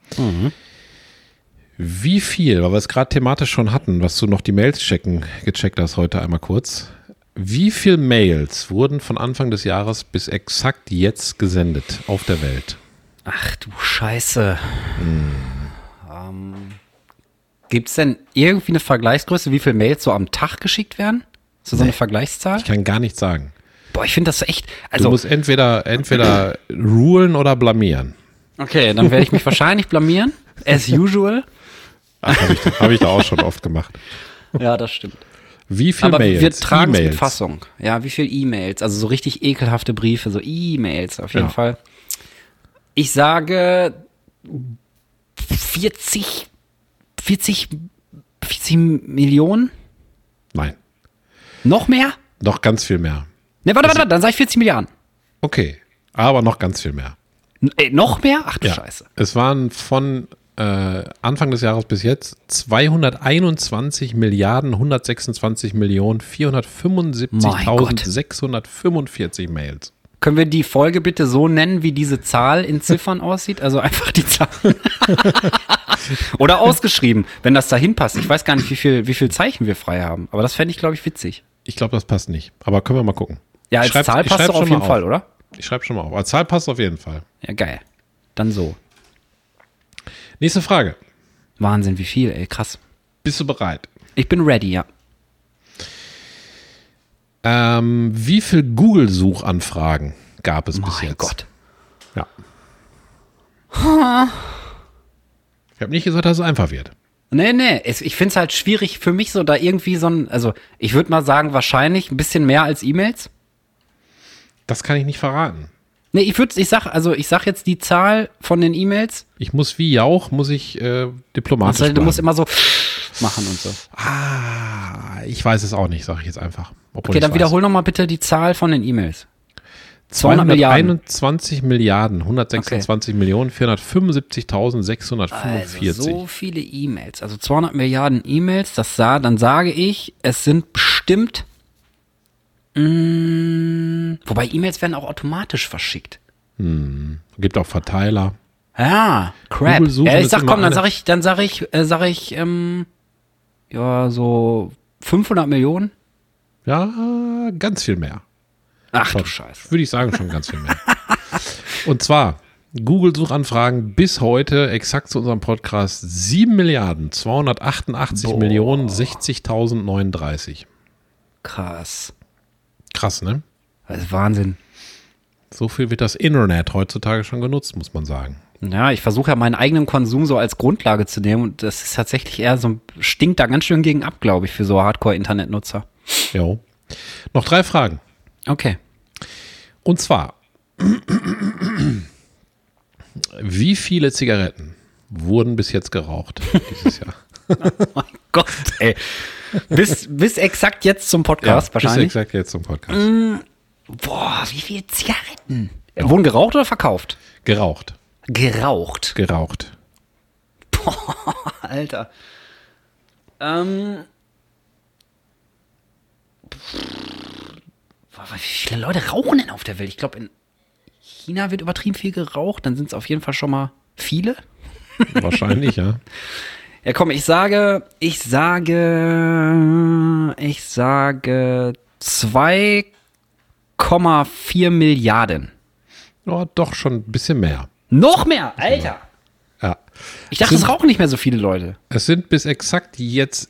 Wie viel, weil wir es gerade thematisch schon hatten, was du noch die Mails gecheckt hast heute einmal kurz. Wie viel Mails wurden von Anfang des Jahres bis exakt jetzt gesendet auf der Welt? Ach du Scheiße. Gibt es denn irgendwie eine Vergleichsgröße, wie viele Mails so am Tag geschickt werden? So eine Vergleichszahl? Ich kann gar nichts sagen. Boah, ich finde das echt. Du Also, musst entweder rulen oder blamieren. okay, dann werde ich mich wahrscheinlich blamieren. As usual. Habe ich da auch schon oft gemacht. Ja, das stimmt. Wie viel Aber Mails? wir tragen es mit E-Mails? Fassung. Ja, wie viel E-Mails? Also so richtig ekelhafte Briefe, so E-Mails auf jeden Ja. Fall. Ich sage 40 Millionen? Nein, Noch mehr? noch ganz viel mehr. Ne, warte, dann sage ich 40 Milliarden. Okay, aber noch ganz viel mehr. Noch mehr? Ach du Ja. Scheiße. Es waren von Anfang des Jahres bis jetzt 221 Milliarden 126 Millionen Mein 475.645 Mails. Können wir die Folge bitte so nennen, wie diese Zahl in Ziffern aussieht? Also einfach die Zahl. Oder ausgeschrieben, wenn das dahin passt. Ich weiß gar nicht, wie viel Zeichen wir frei haben. Aber das fände ich, glaube ich, witzig. Ich glaube, das passt nicht. Aber können wir mal gucken. Ja, als Zahl passt doch auf jeden Fall, oder? Ich schreibe schon mal auf. Als Zahl passt auf jeden Fall. Ja, geil. Dann so. Nächste Frage. Wahnsinn, wie viel, ey, krass. Bist du bereit? Ich bin ready, ja. Wie viel Google-Suchanfragen gab es bis Mein jetzt? Gott. Ja. Ich habe nicht gesagt, dass es einfach wird. Nee, ich finde es halt schwierig für mich so da irgendwie so ein, also ich würde mal sagen, wahrscheinlich ein bisschen mehr als E-Mails. Das kann ich nicht verraten. Nee, ich sag jetzt die Zahl von den E-Mails. Ich muss wie Jauch, diplomatisch Also, du bleiben. musst immer so machen und so. Ich weiß es auch nicht, sage ich jetzt einfach. Okay, dann wiederhol nochmal bitte die Zahl von den E-Mails. 221 Milliarden, 126 Millionen, 475.645. Also so viele E-Mails, also 200 Milliarden E-Mails, dann sage ich, es sind bestimmt, wobei E-Mails werden auch automatisch verschickt. Gibt auch Verteiler. Ja, crap. Ich sag, komm, dann sag ich, ja, so 500 Millionen. Ja, ganz viel mehr. Ach du Scheiße. Würde ich sagen, schon ganz viel mehr. Und zwar Google-Suchanfragen bis heute exakt zu unserem Podcast 7.288.060.039. Krass. Krass, ne? Das ist Wahnsinn. So viel wird das Internet heutzutage schon genutzt, muss man sagen. Ja, ich versuche ja meinen eigenen Konsum so als Grundlage zu nehmen und das ist tatsächlich eher so, stinkt da ganz schön gegen ab, glaube ich, für so Hardcore-Internetnutzer. Jo. Noch 3 Fragen. Okay. Und zwar, wie viele Zigaretten wurden bis jetzt geraucht dieses Jahr? Oh mein Gott, ey. Bis exakt jetzt zum Podcast wahrscheinlich? Bis exakt jetzt zum Podcast. Boah, wie viele Zigaretten? Ja. Wurden geraucht oder verkauft? Geraucht. Geraucht. Boah, Alter. Wie viele Leute rauchen denn auf der Welt? Ich glaube, in China wird übertrieben viel geraucht. Dann sind es auf jeden Fall schon mal viele. Wahrscheinlich, ja. Ja, komm, ich sage 2,4 Milliarden. Ja, doch schon ein bisschen mehr. Noch mehr, Alter. Ja. Ich dachte, es rauchen nicht mehr so viele Leute. Es sind bis exakt jetzt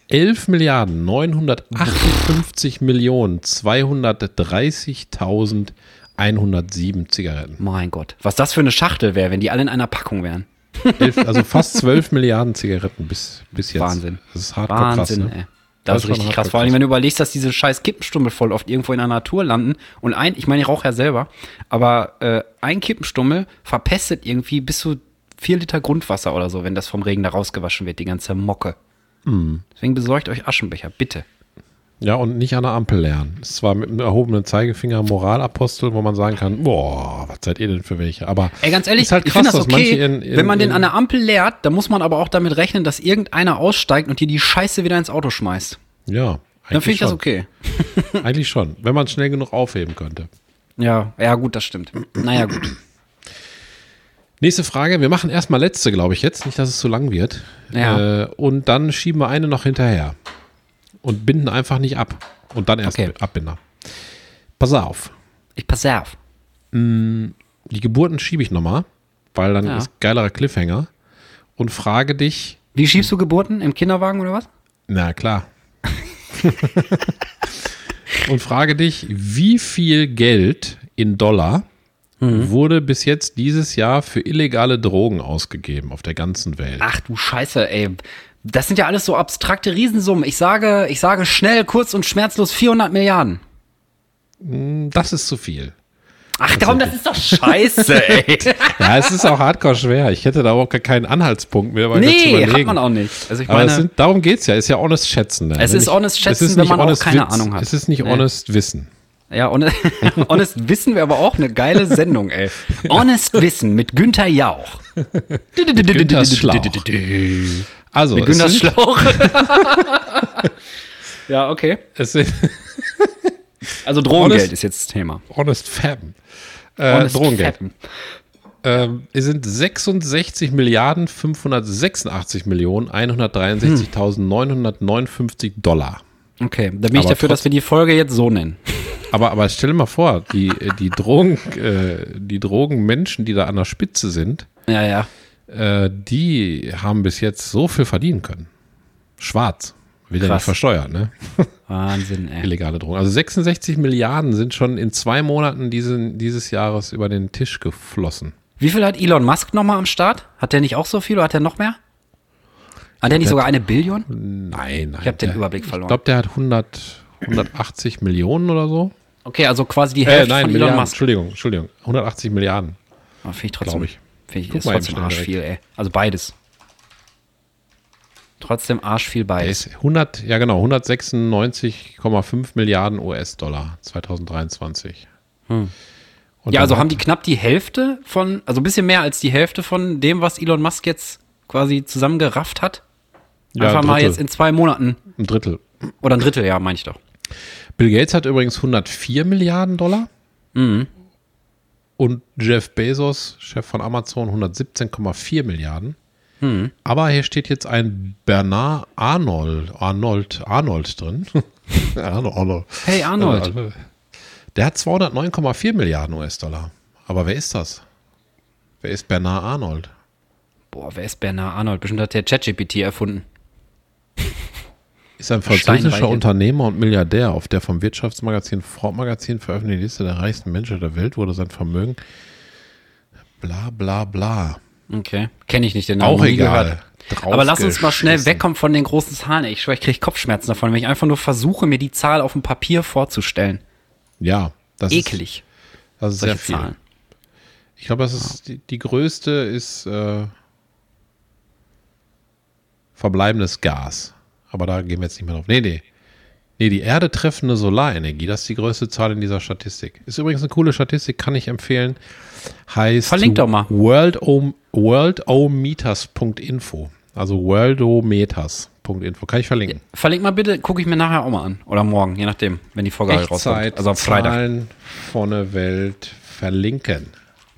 11.958.230.107 Zigaretten. Mein Gott. Was das für eine Schachtel wäre, wenn die alle in einer Packung wären. Also fast 12 Milliarden Zigaretten bis jetzt. Wahnsinn. Das ist hardcore krass, ne? Ey. Das ist richtig krass. Vor allem, wenn du überlegst, dass diese scheiß Kippenstummel voll oft irgendwo in der Natur landen und ich meine, ich rauche ja selber, aber ein Kippenstummel verpestet irgendwie bis zu 4 Liter Grundwasser oder so, wenn das vom Regen da rausgewaschen wird, die ganze Mocke. Deswegen besorgt euch Aschenbecher, bitte. Ja, und nicht an der Ampel lernen. Ist zwar mit einem erhobenen Zeigefinger Moralapostel, wo man sagen kann, boah, was seid ihr denn für welche? Aber ey, ganz ehrlich, ist halt krass, ich finde das okay, wenn man den an der Ampel lehrt, dann muss man aber auch damit rechnen, dass irgendeiner aussteigt und dir die Scheiße wieder ins Auto schmeißt. Ja, dann finde ich das okay. Eigentlich schon, wenn man schnell genug aufheben könnte. Ja, gut, das stimmt. Naja, gut. Nächste Frage, wir machen erstmal letzte, glaube ich jetzt, nicht, dass es zu lang wird. Ja. Und dann schieben wir eine noch hinterher. Und binden einfach nicht ab. Und dann erst Abbinder. Pass auf. Ich pass auf. Die Geburten schiebe ich nochmal, weil dann ist geilerer Cliffhanger. Und frage dich. Wie schiebst du Geburten? Im Kinderwagen oder was? Na klar. Und frage dich, wie viel Geld in Dollar wurde bis jetzt dieses Jahr für illegale Drogen ausgegeben auf der ganzen Welt? Ach du Scheiße, ey. Das sind ja alles so abstrakte Riesensummen. Ich sage schnell, kurz und schmerzlos 400 Milliarden. Das ist zu viel. Ach komm, das ist doch scheiße, ey. Ja, es ist auch hardcore schwer. Ich hätte da auch gar keinen Anhaltspunkt mehr. Nee, hat man auch nicht. Also ich meine, darum geht's ja. Ist ja honest schätzen. Ne? Es ist honest schätzen, wenn man auch keine Ahnung hat. Es ist nicht honest Wissen. Ja, honest Wissen wäre aber auch eine geile Sendung, ey. Honest Wissen mit Günther Jauch. Günther Schlauch. Also, mit Günther Schlauch. Ja, okay. Also Drogengeld ist jetzt das Thema. Honest Fabben. Drogengeld. Es sind 66.586.163.163.959 $. Okay, da bin ich dafür, dass wir die Folge jetzt so nennen. Aber stell dir mal vor, die Drogenmenschen, die da an der Spitze sind, die haben bis jetzt so viel verdienen können. Schwarz. Wird ja nicht versteuert, ne? Wahnsinn, ey. Illegale Drogen. Also 66 Milliarden sind schon in 2 Monaten dieses Jahres über den Tisch geflossen. Wie viel hat Elon Musk nochmal am Start? Hat der nicht auch so viel oder hat der noch mehr? Hat der nicht sogar 1 Billion? Nein. Ich habe den Überblick verloren. Ich glaube, der hat 180 Millionen oder so. Okay, also quasi die Hälfte von Elon Musk. Entschuldigung. 180 Milliarden. Finde ich trotzdem, glaube ich. ist trotzdem arsch viel, ey. Also beides. Trotzdem arsch viel Der Bytes. ist 196,5 Milliarden US-Dollar 2023. Und Ja, also dann haben die knapp die Hälfte von, also ein bisschen mehr als die Hälfte von dem, was Elon Musk jetzt quasi zusammengerafft hat. Ja, Einfach ein mal Drittel. jetzt in 2 Monaten. ein Drittel. Oder ein Drittel, ja, meine ich doch. Bill Gates hat übrigens 104 Milliarden Dollar. Und Jeff Bezos, Chef von Amazon, 117,4 Milliarden. Aber hier steht jetzt ein Bernard Arnold drin. Arnold. Hey, Arnold. Der hat 209,4 Milliarden US-Dollar. Aber wer ist das? Wer ist Bernard Arnold? Boah, wer ist Bernard Arnold? Bestimmt hat der ChatGPT erfunden. Ist ein französischer Steinreiche. Unternehmer und Milliardär. Auf der vom Wirtschaftsmagazin Forbes-Magazin veröffentlichten Liste der reichsten Menschen der Welt wurde sein Vermögen bla bla bla. Okay. Kenne ich nicht den Namen. Auch noch nie egal. gehört. Aber lass uns mal schnell Draufgeschissen. wegkommen von den großen Zahlen. Ich schwöre, ich kriege Kopfschmerzen davon, wenn ich einfach nur versuche, mir die Zahl auf dem Papier vorzustellen. Ja, das Ekelig. Das ist sehr solche viel. Zahlen. Ich glaube, das ist die größte ist verbleibendes Gas. Aber da gehen wir jetzt nicht mehr drauf. Nee, die Erde treffende Solarenergie, das ist die größte Zahl in dieser Statistik. Ist übrigens eine coole Statistik, kann ich empfehlen. Heißt Verlink doch mal. worldometers.info. Also worldometers.info. Kann ich verlinken. Verlink mal bitte, gucke ich mir nachher auch mal an. Oder morgen, je nachdem, wenn die Folge halt rauskommt. Echtzeit, Also am Freitag. Zahlen von der Welt verlinken.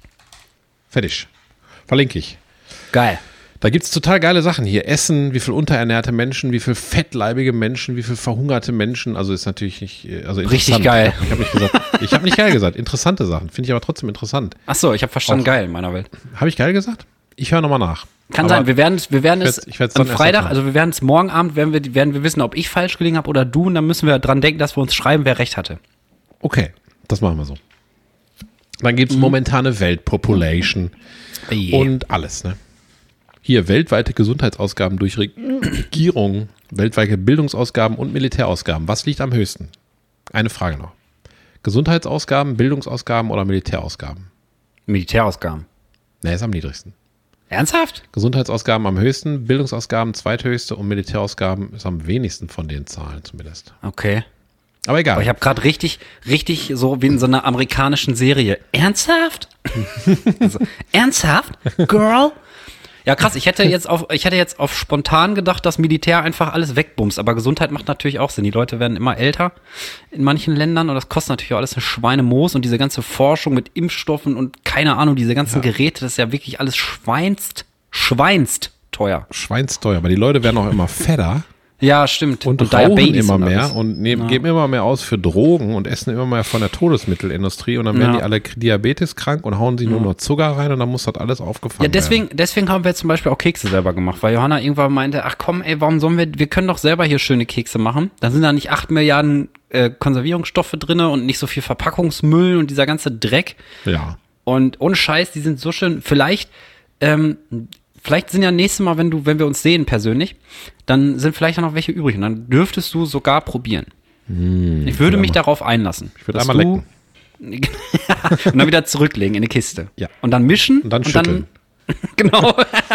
Fertig. Verlinke ich. Geil. Da gibt es total geile Sachen hier. Essen, wie viel unterernährte Menschen, wie viel fettleibige Menschen, wie viel verhungerte Menschen. Also ist natürlich nicht, also Richtig interessant. geil. Ich habe nicht geil gesagt. Interessante Sachen. Finde ich aber trotzdem interessant. Achso, ich habe verstanden, Auch- geil in meiner Welt. Habe ich geil gesagt? Ich höre nochmal nach. Kann Aber sein, wir werden es ich werd's am dann erst Freitag, erfahren. also wir werden es morgen Abend, werden wir wissen, ob ich falsch gelegen habe oder du, und dann müssen wir dran denken, dass wir uns schreiben, wer recht hatte. Okay, das machen wir so. Dann gibt es momentane Weltpopulation und alles, ne? Hier weltweite Gesundheitsausgaben durch Regierung, weltweite Bildungsausgaben und Militärausgaben. Was liegt am höchsten? Eine Frage noch. Gesundheitsausgaben, Bildungsausgaben oder Militärausgaben? Militärausgaben. Ne, ist am niedrigsten. Ernsthaft? Gesundheitsausgaben am höchsten, Bildungsausgaben zweithöchste und Militärausgaben ist am wenigsten von den Zahlen zumindest. Okay. Aber egal. Aber ich habe gerade richtig so wie in so einer amerikanischen Serie. Ernsthaft? Also, ernsthaft? Girl? Ja, krass. Ich hätte jetzt auf spontan gedacht, dass Militär einfach alles wegbumst. Aber Gesundheit macht natürlich auch Sinn. Die Leute werden immer älter in manchen Ländern und das kostet natürlich auch alles eine Schweinemoos und diese ganze Forschung mit Impfstoffen und keine Ahnung, diese ganzen Geräte, das ist ja wirklich alles schweinst teuer. Schweinsteuer, aber die Leute werden auch immer fetter. Ja, stimmt. Und rauchen Diabetes immer und mehr alles. und geben immer mehr aus für Drogen und essen immer mehr von der Todesmittelindustrie und dann werden Ja. die alle Diabetes krank und hauen sich nur noch Zucker rein und dann muss das alles aufgefangen Ja, werden. deswegen haben wir jetzt zum Beispiel auch Kekse selber gemacht, weil Johanna irgendwann meinte, ach komm, ey, warum sollen wir können doch selber hier schöne Kekse machen. Da sind da nicht 8 Milliarden Konservierungsstoffe drin und nicht so viel Verpackungsmüll und dieser ganze Dreck. Ja. Und ohne Scheiß, die sind so schön. Vielleicht sind ja nächstes Mal, wenn wir uns sehen persönlich, dann sind vielleicht auch noch welche übrig und dann dürftest du sogar probieren. Ich würde mich darauf einlassen. Ich würde dass einmal du- lecken. und dann wieder zurücklegen in eine Kiste. Ja. Und dann mischen. Und dann schütteln. Genau.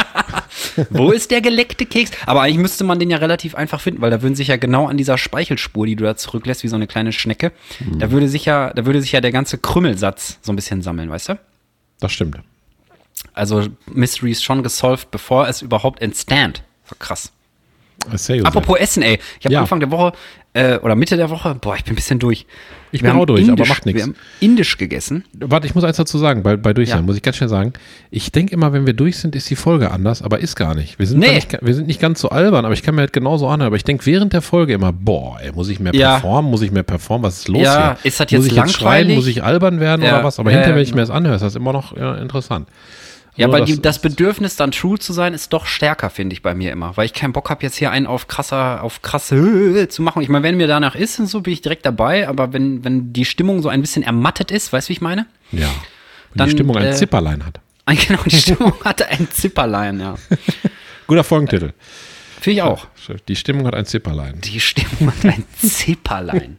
Wo ist der geleckte Keks? Aber eigentlich müsste man den ja relativ einfach finden, weil da würden sich ja genau an dieser Speichelspur, die du da zurücklässt, wie so eine kleine Schnecke, da würde sich ja der ganze Krümmelsatz so ein bisschen sammeln, weißt du? Das stimmt. Also Mystery ist schon gesolved, bevor es überhaupt entstand. So krass. Apropos, Apropos Essen, ey. Ich habe Ja. Anfang der Woche oder Mitte der Woche, ich bin ein bisschen durch. Ich Wir bin auch haben durch, aber macht nichts. Wir haben indisch gegessen. warte, ich muss eins dazu sagen, bei Durchsein, Ja. muss ich ganz schnell sagen. Ich denke immer, wenn wir durch sind, ist die Folge anders, aber ist gar nicht. Wir sind, Nee. wir sind nicht ganz so albern, aber ich kann mir halt genauso anhören. Aber ich denke während der Folge immer, muss ich mehr Ja. performen? Muss ich mehr performen? Was ist los Ja, hier? ist das muss jetzt ich jetzt schreien? langweilig? Muss ich albern werden Ja. oder was? Aber Ja, hinterher, wenn ich genau. mir das anhöre, ist das immer noch interessant. Ja, Nur weil das Bedürfnis dann true zu sein ist doch stärker, finde ich bei mir immer. Weil ich keinen Bock habe, jetzt hier einen auf krasse zu machen. Ich meine, wenn mir danach ist und so, bin ich direkt dabei. Aber wenn die Stimmung so ein bisschen ermattet ist, weißt du, wie ich meine? Ja. Wenn Dann, die Stimmung ein Zipperlein hat. Genau, die Stimmung hatte ein Zipperlein, ja. Guter Folgentitel. Finde ich auch. Die Stimmung hat ein Zipperlein. Die Stimmung hat ein Zipperlein.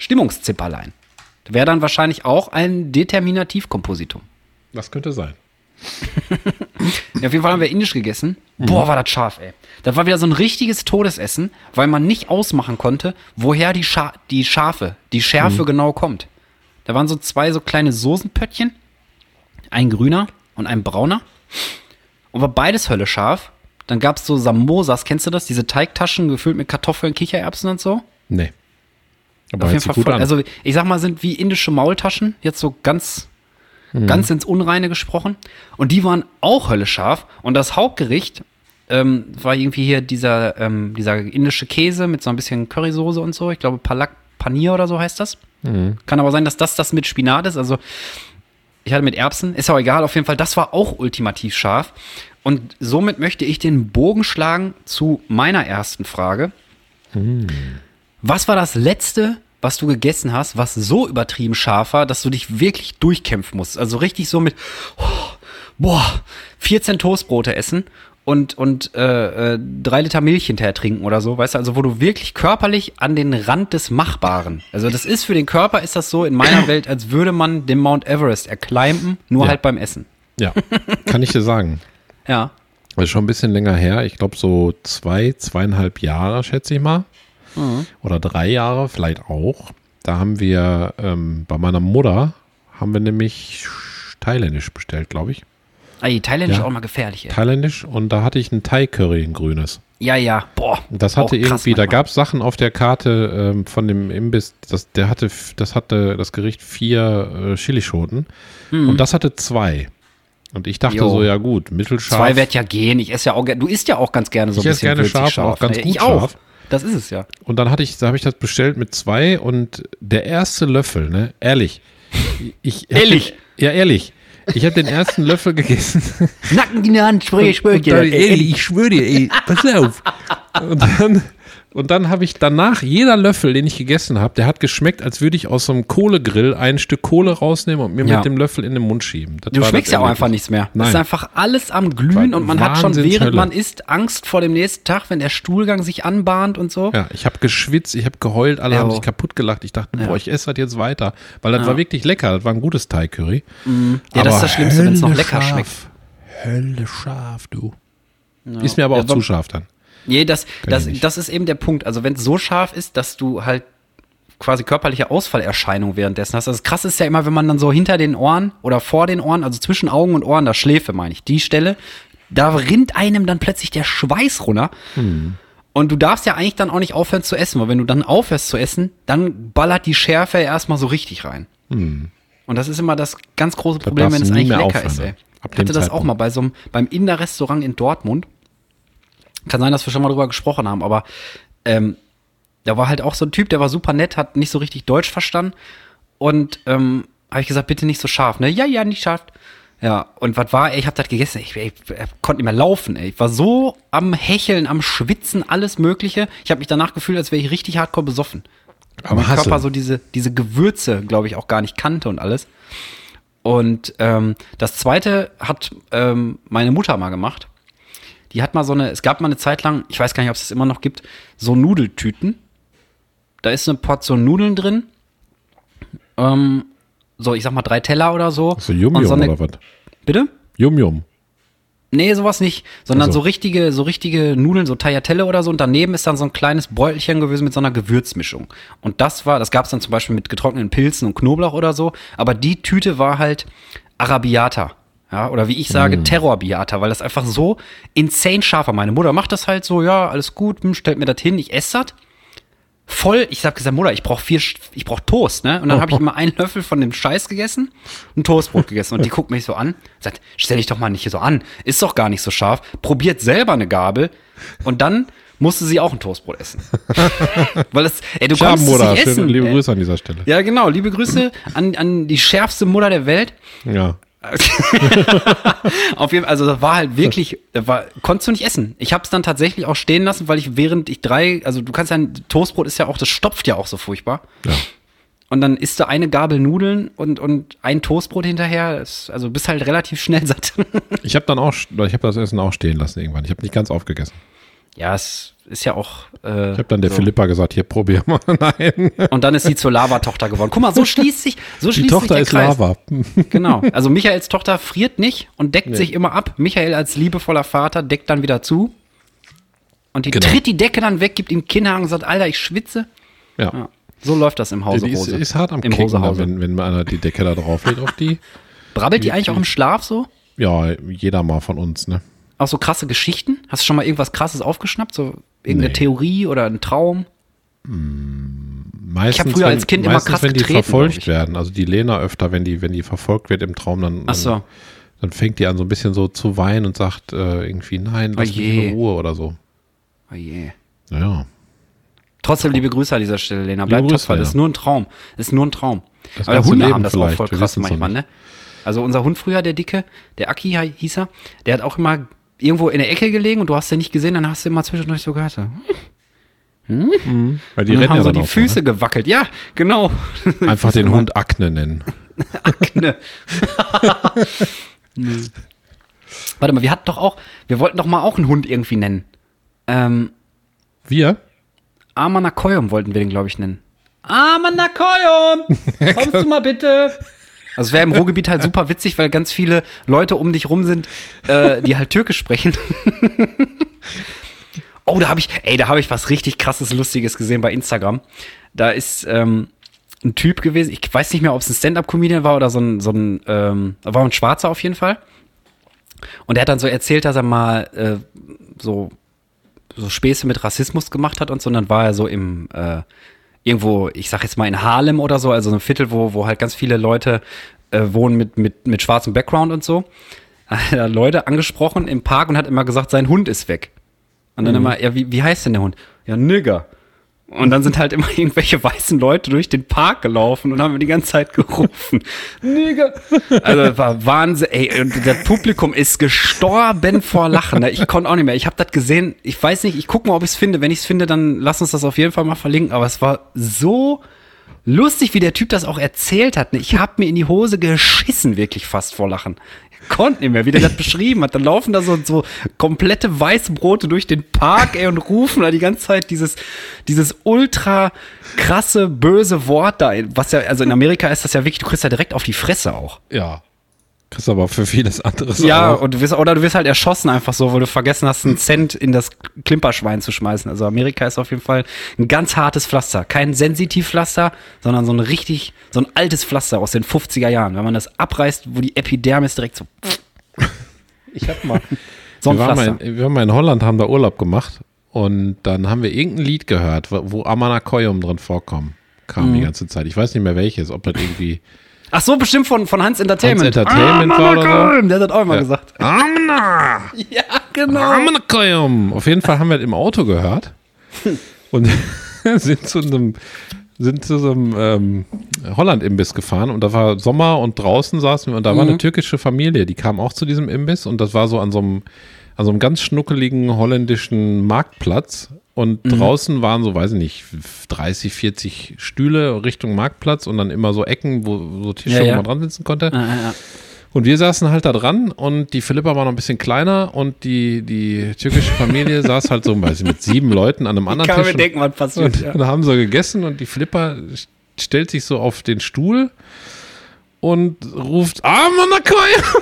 Stimmungszipperlein. Wäre dann wahrscheinlich auch ein Determinativkompositum. Das könnte sein. Ja, auf jeden Fall haben wir indisch gegessen. Boah, war das scharf, ey. Das war wieder so ein richtiges Todesessen, weil man nicht ausmachen konnte, woher die Schärfe genau kommt. Da waren so 2 so kleine Soßenpöttchen, ein grüner und ein brauner. Und war beides Hölle scharf. Dann gab es so Samosas, kennst du das? Diese Teigtaschen gefüllt mit Kartoffeln, Kichererbsen und so. Nee. Aber auf jeden Fall voll. Also ich sag mal, sind wie indische Maultaschen, jetzt so ganz ins Unreine gesprochen. Und die waren auch höllescharf. Und das Hauptgericht war irgendwie hier dieser indische Käse mit so ein bisschen Currysoße und so. Ich glaube, Palak Paneer oder so heißt das. Kann aber sein, dass das mit Spinat ist. Also ich hatte mit Erbsen. Ist auch egal. Auf jeden Fall, das war auch ultimativ scharf. Und somit möchte ich den Bogen schlagen zu meiner ersten Frage. Was war das Letzte, was du gegessen hast, was so übertrieben scharf war, dass du dich wirklich durchkämpfen musst? Also richtig so mit 14 Toastbrote essen und 3 Liter Milch hinterher trinken oder so, weißt du? Also wo du wirklich körperlich an den Rand des Machbaren. Also das ist für den Körper, ist das so in meiner Welt, als würde man den Mount Everest erklimpen, nur halt beim Essen. Ja, kann ich dir sagen. Ja. Das ist schon ein bisschen länger her. Ich glaube so 2,5 Jahre, schätze ich mal. Oder 3 Jahre, vielleicht auch. Da haben wir bei meiner Mutter, haben wir nämlich thailändisch bestellt, glaube ich. Thailändisch auch mal gefährlich, ey. Thailändisch und da hatte ich ein Thai-Curry, ein grünes. Ja, boah. Das hatte irgendwie, da gab es Sachen auf der Karte von dem Imbiss, das hatte das Gericht 4 Chilischoten und das hatte 2. Und ich dachte so, ja gut, mittelscharf. 2 wird ja gehen. Ich esse ja auch gerne, du isst ja auch ganz gerne so ein bisschen. Ich esse gerne scharf, auch ganz gut ich scharf. Auch. Das ist es ja. Und dann habe ich das bestellt mit 2 und der erste Löffel, ne, ehrlich. Ehrlich? Ehrlich. Ich habe den ersten Löffel gegessen. Nacken in der Hand, ich schwöre dir. Ehrlich, ich schwöre dir, ey, pass auf. Und dann habe ich danach, jeder Löffel, den ich gegessen habe, der hat geschmeckt, als würde ich aus so einem Kohlegrill ein Stück Kohle rausnehmen und mir mit dem Löffel in den Mund schieben. Du schmeckst ja auch einfach nichts mehr. Nein. Das ist einfach alles am Glühen und man hat schon, während man isst, Angst vor dem nächsten Tag, wenn der Stuhlgang sich anbahnt und so. Ja, ich habe geschwitzt, ich habe geheult, alle haben sich kaputt gelacht. Ich dachte, boah, ich esse das jetzt weiter. Weil das war wirklich lecker, das war ein gutes Thai-Curry. Ja, das ist das Schlimmste, wenn es noch lecker schmeckt. Hölle scharf, du. Ja. Ist mir aber auch zu scharf dann. Nee, das ist eben der Punkt. Also wenn es so scharf ist, dass du halt quasi körperliche Ausfallerscheinungen währenddessen hast. Also das Krasse ist ja immer, wenn man dann so hinter den Ohren oder vor den Ohren, also zwischen Augen und Ohren, da Schläfe meine ich, die Stelle, da rinnt einem dann plötzlich der Schweiß runter. Und du darfst ja eigentlich dann auch nicht aufhören zu essen, weil wenn du dann aufhörst zu essen, dann ballert die Schärfe erstmal so richtig rein. Und das ist immer das ganz große Problem, wenn es eigentlich lecker ist, ey. Ich hatte das auch mal beim Inder-Restaurant in Dortmund. Kann sein, dass wir schon mal drüber gesprochen haben, aber da war halt auch so ein Typ, der war super nett, hat nicht so richtig Deutsch verstanden und habe ich gesagt, bitte nicht so scharf, ne? Ja, nicht scharf. Ja, und was war, ich habe das gegessen, ich konnte nicht mehr laufen, ey. Ich war so am Hecheln, am Schwitzen, alles mögliche. Ich habe mich danach gefühlt, als wäre ich richtig hardcore besoffen. Aber mein Körper so diese Gewürze, glaube ich, auch gar nicht kannte und alles. Und das Zweite hat meine Mutter mal gemacht. Die hat mal es gab mal eine Zeit lang, ich weiß gar nicht, ob es das immer noch gibt, so Nudeltüten. Da ist eine Portion Nudeln drin. So, ich sag mal 3 Teller oder so. So Yum-Yum oder was? Bitte? Yum-Yum. Nee, sowas nicht. Sondern so richtige Nudeln, so Tagliatelle oder so. Und daneben ist dann so ein kleines Beutelchen gewesen mit so einer Gewürzmischung. Und das gab es dann zum Beispiel mit getrockneten Pilzen und Knoblauch oder so. Aber die Tüte war halt Arabiata. Ja, oder wie ich sage, Terrorbiata, weil das einfach so insane scharf war. Meine Mutter macht das halt so, ja, alles gut, stellt mir das hin, ich esse das. Voll, ich hab gesagt, Mutter, ich brauch Toast, ne? Und dann habe ich immer einen Löffel von dem Scheiß gegessen, ein Toastbrot gegessen. Und die guckt mich so an, sagt, stell dich doch mal nicht hier so an, ist doch gar nicht so scharf. Probiert selber eine Gabel und dann musste sie auch ein Toastbrot essen. Weil du kannst es nicht essen. Liebe Grüße an dieser Stelle. Ja, genau, liebe Grüße an die schärfste Mutter der Welt. Ja. Auf jeden Fall, also das war halt wirklich, konntest du nicht essen. Ich habe es dann tatsächlich auch stehen lassen, weil also du kannst ja, Toastbrot ist ja auch, das stopft ja auch so furchtbar. Ja. Und dann isst du eine Gabel Nudeln und ein Toastbrot hinterher, also bist halt relativ schnell satt. Ich habe das Essen auch stehen lassen irgendwann. Ich habe nicht ganz aufgegessen. Ja, es ist ja auch. Ich habe dann der Philippa gesagt, hier, probier mal. Nein. Und dann ist sie zur Lava-Tochter geworden. Guck mal, so schließt sich Die Tochter der ist Kreis. Lava. Genau. Also Michaels Tochter friert nicht und deckt sich immer ab. Michael als liebevoller Vater deckt dann wieder zu. Und die tritt die Decke dann weg, gibt ihm Kinnhaken und sagt, Alter, ich schwitze. Ja. So läuft das im Hause Rose. Ist hart am Kicken, wenn einer die Decke da drauflegt auf die. Brabbelt die eigentlich auch im Schlaf so? Ja, jeder mal von uns, ne? Auch so krasse Geschichten? Hast du schon mal irgendwas Krasses aufgeschnappt? So irgendeine Theorie oder ein Traum? Meistens, ich habe früher als Kind immer krass wenn die getreten, verfolgt werden. Also die Lena öfter, wenn die verfolgt wird im Traum, dann fängt die an so ein bisschen so zu weinen und sagt irgendwie, nein, lass mich in Ruhe oder so. Oh je. Naja. Trotzdem liebe Grüße an dieser Stelle, Lena. Bleib tapfer, das ist nur ein Traum. Das ist nur ein Traum. Aber Hunde haben das auch voll krass manchmal, ne? Also unser Hund früher, der Dicke, der Aki hieß er, der hat auch immer irgendwo in der Ecke gelegen und du hast den nicht gesehen, dann hast du immer zwischendurch so gehört. Weil die und dann haben so die Füße gewackelt. Ja, genau. Einfach den Hund Akne nennen. Akne. Warte mal, wir wollten doch mal auch einen Hund irgendwie nennen. Wir? Amanakoyum wollten wir den, glaube ich, nennen. Amanakoyum! Kommst du mal bitte? Also es wäre im Ruhrgebiet halt super witzig, weil ganz viele Leute um dich rum sind, die halt Türkisch sprechen. Oh, da habe ich was richtig krasses, Lustiges gesehen bei Instagram. Da ist ein Typ gewesen, ich weiß nicht mehr, ob es ein Stand-Up-Comedian war oder war ein Schwarzer auf jeden Fall. Und der hat dann so erzählt, dass er mal so Späße mit Rassismus gemacht hat und so. Und dann war er so im irgendwo, ich sag jetzt mal in Harlem oder so, also so ein Viertel, wo halt ganz viele Leute wohnen mit schwarzem Background und so. Hat er Leute angesprochen im Park und hat immer gesagt, sein Hund ist weg. Und dann immer, ja, wie heißt denn der Hund? Ja, Nigger. Und dann sind halt immer irgendwelche weißen Leute durch den Park gelaufen und haben die ganze Zeit gerufen. Nigger. Also das war Wahnsinn. Ey, und das Publikum ist gestorben vor Lachen. Ich konnte auch nicht mehr. Ich habe das gesehen. Ich weiß nicht, ich gucke mal, ob ich es finde. Wenn ich es finde, dann lass uns das auf jeden Fall mal verlinken. Aber es war so lustig, wie der Typ das auch erzählt hat. Ich habe mir in die Hose geschissen, wirklich fast vor Lachen. Konnte nicht mehr, wie der das beschrieben hat. Dann laufen da so komplette Weißbrote durch den Park, ey, und rufen da die ganze Zeit dieses ultra krasse, böse Wort da. Was ja, also in Amerika ist das ja wirklich, du kriegst ja direkt auf die Fresse auch. Ja. Kriegst aber für vieles anderes ja, auch. Und du wirst halt erschossen einfach so, weil du vergessen hast, einen Cent in das Klimperschwein zu schmeißen. Also Amerika ist auf jeden Fall ein ganz hartes Pflaster. Kein Sensitivpflaster, sondern so ein altes Pflaster aus den 50er Jahren. Wenn man das abreißt, wo die Epidermis direkt so. Ich hab mal. So ein Pflaster. Wir waren mal in Holland, haben da Urlaub gemacht und dann haben wir irgendein Lied gehört, wo Amanakoyum drin kam die ganze Zeit. Ich weiß nicht mehr welches, ob das irgendwie. Ach so, bestimmt von Hans Entertainment. Hans Entertainment war oder so. Der hat auch immer gesagt. Amana! Ja, genau. Amanakoyum! Auf jeden Fall haben wir das im Auto gehört und sind zu so einem Holland-Imbiss gefahren und da war Sommer und draußen saßen wir und da war eine türkische Familie, die kam auch zu diesem Imbiss und das war so an so einem ganz schnuckeligen holländischen Marktplatz. Und draußen waren so, weiß ich nicht, 30, 40 Stühle Richtung Marktplatz und dann immer so Ecken, wo so Tische, wo man dran sitzen konnte. Ja. Und wir saßen halt da dran und die Philippa war noch ein bisschen kleiner und die türkische Familie saß halt so, weiß ich, mit 7 Leuten an einem anderen Tisch. Ich kann mir denken, was passiert. Und da haben sie gegessen und die Philippa stellt sich so auf den Stuhl und ruft, Amanakoyum!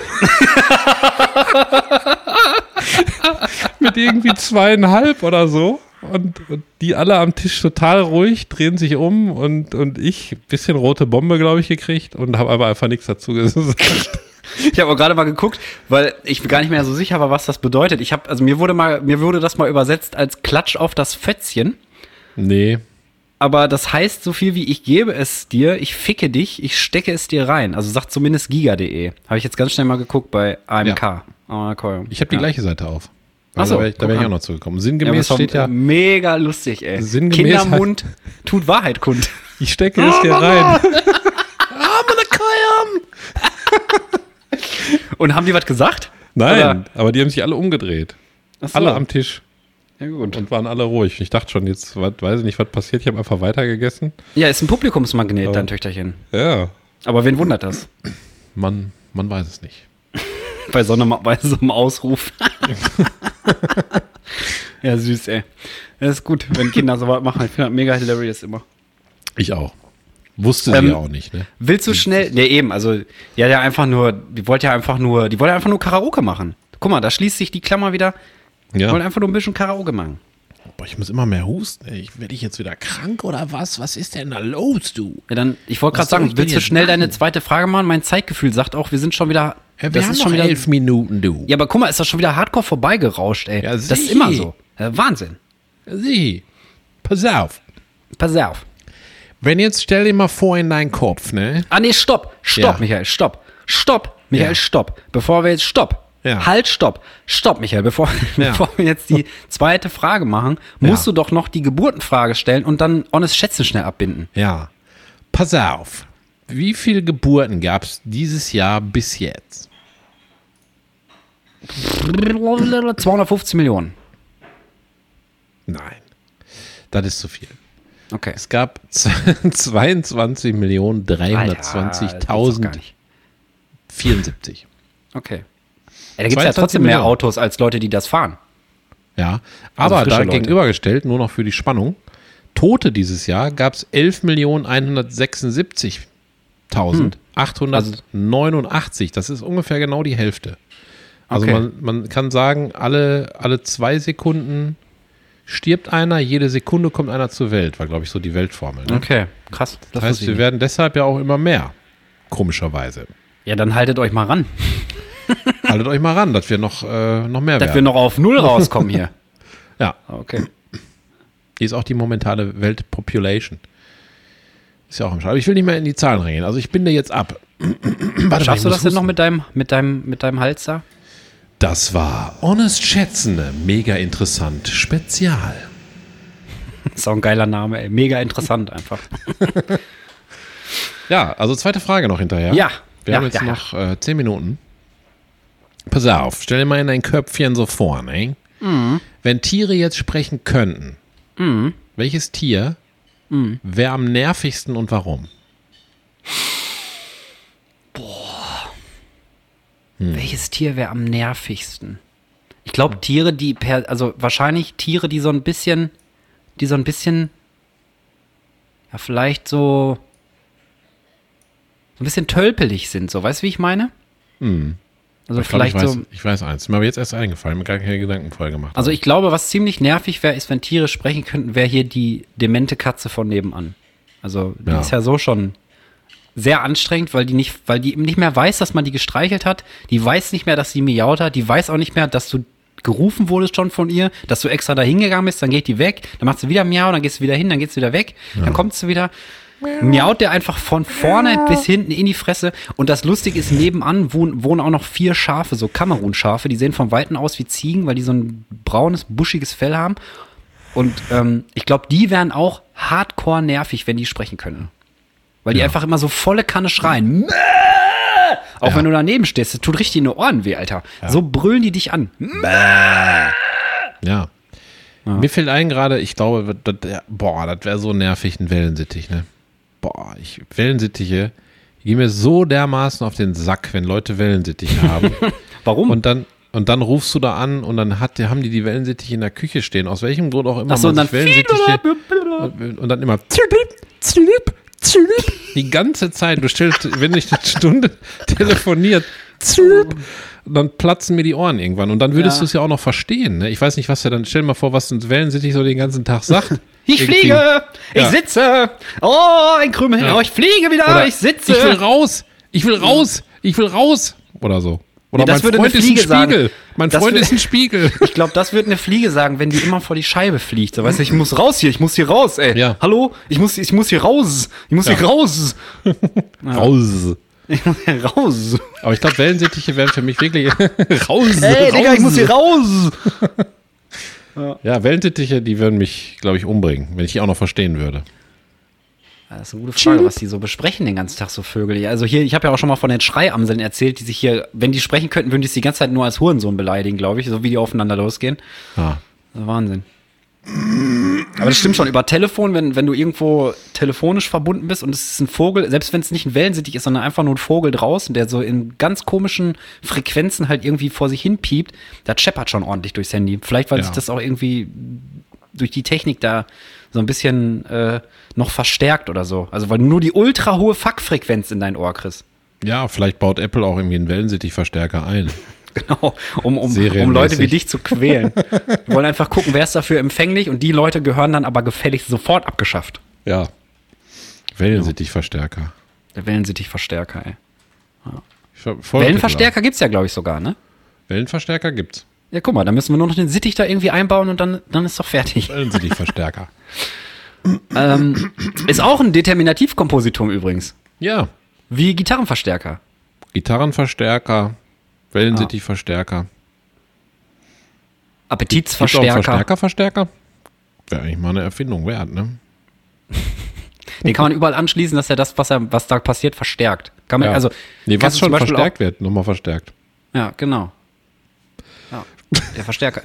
Mit irgendwie 2,5 oder so. Und die alle am Tisch total ruhig, drehen sich um und ich ein bisschen rote Bombe, glaube ich, gekriegt und habe aber einfach nichts dazu gesagt. Ich habe auch gerade mal geguckt, weil ich gar nicht mehr so sicher war, was das bedeutet. Mir wurde das mal übersetzt als Klatsch auf das Fötzchen. Nee. Aber das heißt so viel wie ich gebe es dir, ich ficke dich, ich stecke es dir rein. Also sagt zumindest giga.de. Habe ich jetzt ganz schnell mal geguckt bei AMK. Ja. Ich habe die gleiche Seite auf. Achso, da wäre ich auch noch zugekommen. Sinngemäß steht ja. Mega lustig, ey. Kindermund tut Wahrheit kund. Ich stecke es dir rein. Und haben die was gesagt? Nein, oder? Aber die haben sich alle umgedreht. So. Alle am Tisch. Ja, gut. Und waren alle ruhig. Ich dachte schon, jetzt weiß ich nicht, was passiert. Ich habe einfach weitergegessen. Ja, ist ein Publikumsmagnet, dein Töchterchen. Ja. Aber wen wundert das? Man weiß es nicht. Bei so einem Ausruf. Ja, süß, ey. Das ist gut, wenn Kinder sowas machen. Ich finde das mega hilarious immer. Ich auch. Wusste sie ja auch nicht, ne? Willst du schnell? Ne, eben, also, die wollte ja einfach nur Karaoke machen. Guck mal, da schließt sich die Klammer wieder. Ja. Die wollte einfach nur ein bisschen Karaoke machen. Boah, ich muss immer mehr husten. Werde ich jetzt wieder krank oder was? Was ist denn da los, du? Ja, dann, ich wollte gerade sagen, willst du schnell deine zweite Frage machen? Mein Zeitgefühl sagt auch, wir sind schon wieder. Ja, wir haben noch 11 Minuten, du. Ja, aber guck mal, ist das schon wieder hardcore vorbeigerauscht, ey. Ja, das ist immer so. Wahnsinn. Sieh. Pass auf. Wenn jetzt, stell dir mal vor in deinen Kopf, ne? Ah, nee, stopp, ja. Michael, stopp. Michael, stopp. Bevor wir jetzt, stopp. Ja. Halt, stopp, Michael, bevor wir jetzt die zweite Frage machen, musst du doch noch die Geburtenfrage stellen und dann Honest Schätzen schnell abbinden. Ja. Pass auf. Wie viele Geburten gab es dieses Jahr bis jetzt? 250 Millionen. Nein. Das ist zu viel. Okay. Es gab 22.320.074. Okay. Ja, da gibt es ja trotzdem mehr Autos als Leute, die das fahren. Ja, aber da gegenübergestellt, nur noch für die Spannung, Tote dieses Jahr gab es 11.176.889. Das ist ungefähr genau die Hälfte. Also man kann sagen, alle 2 Sekunden stirbt einer, jede Sekunde kommt einer zur Welt, war, glaube ich, so die Weltformel. Ne? Okay, krass. Das heißt, wir werden deshalb ja auch immer mehr, komischerweise. Ja, dann haltet euch mal ran. Haltet euch mal ran, dass wir noch mehr werden. Dass wir noch auf 0 rauskommen hier. Ja. Okay. Hier ist auch die momentane Weltpopulation. Ist ja auch im Schal. Aber ich will nicht mehr in die Zahlen reingehen. Also ich binde jetzt ab. Schaffst du das denn noch mit deinem Hals da? Das war Honest Schätzen, mega interessant, Spezial. Ist auch ein geiler Name, ey. Mega interessant einfach. Ja, also zweite Frage noch hinterher. Ja. Wir haben jetzt noch 10 Minuten. Pass auf, stell dir mal in dein Köpfchen so vor, ne? Mhm. Wenn Tiere jetzt sprechen könnten, welches Tier wäre am nervigsten und warum? Welches Tier wäre am nervigsten? Ich glaube, wahrscheinlich Tiere, die so ein bisschen, ja, vielleicht so ein bisschen tölpelig sind, so, weißt du, wie ich meine? Also ich vielleicht ich weiß eins, ist mir aber jetzt erst eingefallen, mir gar keine Gedanken vorher gemacht. Also ich glaube, was ziemlich nervig wäre, ist, wenn Tiere sprechen könnten, wäre hier die demente Katze von nebenan. Also die ist ja so schon sehr anstrengend, weil die eben nicht mehr weiß, dass man die gestreichelt hat. Die weiß nicht mehr, dass sie miaut hat. Die weiß auch nicht mehr, dass du gerufen wurdest schon von ihr, dass du extra da hingegangen bist, dann geht die weg, dann macht sie wieder miau, dann gehst du wieder hin, dann geht sie wieder weg, dann kommt sie wieder. Miaut der einfach von vorne bis hinten in die Fresse. Und das Lustige ist, nebenan wohnen auch noch 4 Schafe, so Kamerun-Schafe. Die sehen von Weitem aus wie Ziegen, weil die so ein braunes, buschiges Fell haben. Und ich glaube, die wären auch hardcore nervig, wenn die sprechen können. Weil die einfach immer so volle Kanne schreien. Auch wenn du daneben stehst, das tut richtig in die Ohren weh, Alter. Ja. So brüllen die dich an. Ja. Mir fällt ein gerade, ich glaube, das wäre so nervig, ein Wellensittich, ne? Wellensittiche gehen mir so dermaßen auf den Sack, wenn Leute Wellensittiche haben. Warum? Und dann rufst du da an und dann haben die Wellensittiche in der Küche stehen. Aus welchem Grund auch immer. Ach so, und dann Wellensittiche und dann immer die ganze Zeit. Du stellst, wenn ich eine Stunde telefoniert, und dann platzen mir die Ohren irgendwann. Und dann würdest du es ja auch noch verstehen. Ne? Ich weiß nicht, was der dann, stell dir mal vor, was ein Wellensittich so den ganzen Tag sagt. Ich fliege, ich sitze, ein Krümel, ich fliege wieder, oder ich sitze. Ich will raus, oder so. Oder das mein Freund ist ein Spiegel. Mein Freund ist ein Spiegel. Ich glaube, das würde eine Fliege sagen, wenn die immer vor die Scheibe fliegt. So, weißt du, ich muss raus, ey. Ja. Hallo, ich muss hier raus. Raus. Ich muss hier raus. Aber ich glaube, Wellensittiche wären für mich wirklich raus. Ey, Digga, ich muss hier raus. Ja, Wellensittiche, die würden mich, glaube ich, umbringen, wenn ich die auch noch verstehen würde. Das ist eine gute Frage, was die so besprechen den ganzen Tag, so Vögel. Also hier, ich habe ja auch schon mal von den Schreiamseln erzählt, die sich hier, wenn die sprechen könnten, würden die es die ganze Zeit nur als Hurensohn beleidigen, glaube ich, so wie die aufeinander losgehen. Ah. Das ist Wahnsinn. Aber das stimmt schon, über Telefon, wenn du irgendwo telefonisch verbunden bist und es ist ein Vogel, selbst wenn es nicht ein Wellensittich ist, sondern einfach nur ein Vogel draußen, der so in ganz komischen Frequenzen halt irgendwie vor sich hin piept, da scheppert schon ordentlich durchs Handy. Vielleicht, weil sich das auch irgendwie durch die Technik da so ein bisschen noch verstärkt oder so. Also weil du nur die ultra hohe Fuck-Frequenz in dein Ohr kriegst. Ja, vielleicht baut Apple auch irgendwie einen Wellensittich-Verstärker ein. Genau, um Leute wie dich zu quälen. Wir wollen einfach gucken, wer ist dafür empfänglich und die Leute gehören dann aber gefälligst sofort abgeschafft. Ja. Wellensittich-Verstärker. Der Wellensittich-Verstärker, ey. Ja. Wellenverstärker gibt's ja, glaube ich, sogar, ne? Wellenverstärker gibt's. Ja, guck mal, dann müssen wir nur noch den Sittich da irgendwie einbauen und dann ist doch fertig. Wellensittich-Verstärker. Ist auch ein Determinativkompositum übrigens. Ja. Wie Gitarrenverstärker. Gitarrenverstärker. Wellensittich-Verstärker. Appetitsverstärker. Gibt's auch Verstärker? Wäre eigentlich mal eine Erfindung wert, ne? Den kann man überall anschließen, dass er das, was da passiert, verstärkt. Kann man, also, was schon verstärkt wird, nochmal verstärkt. Ja, genau. Ja, der Verstärker.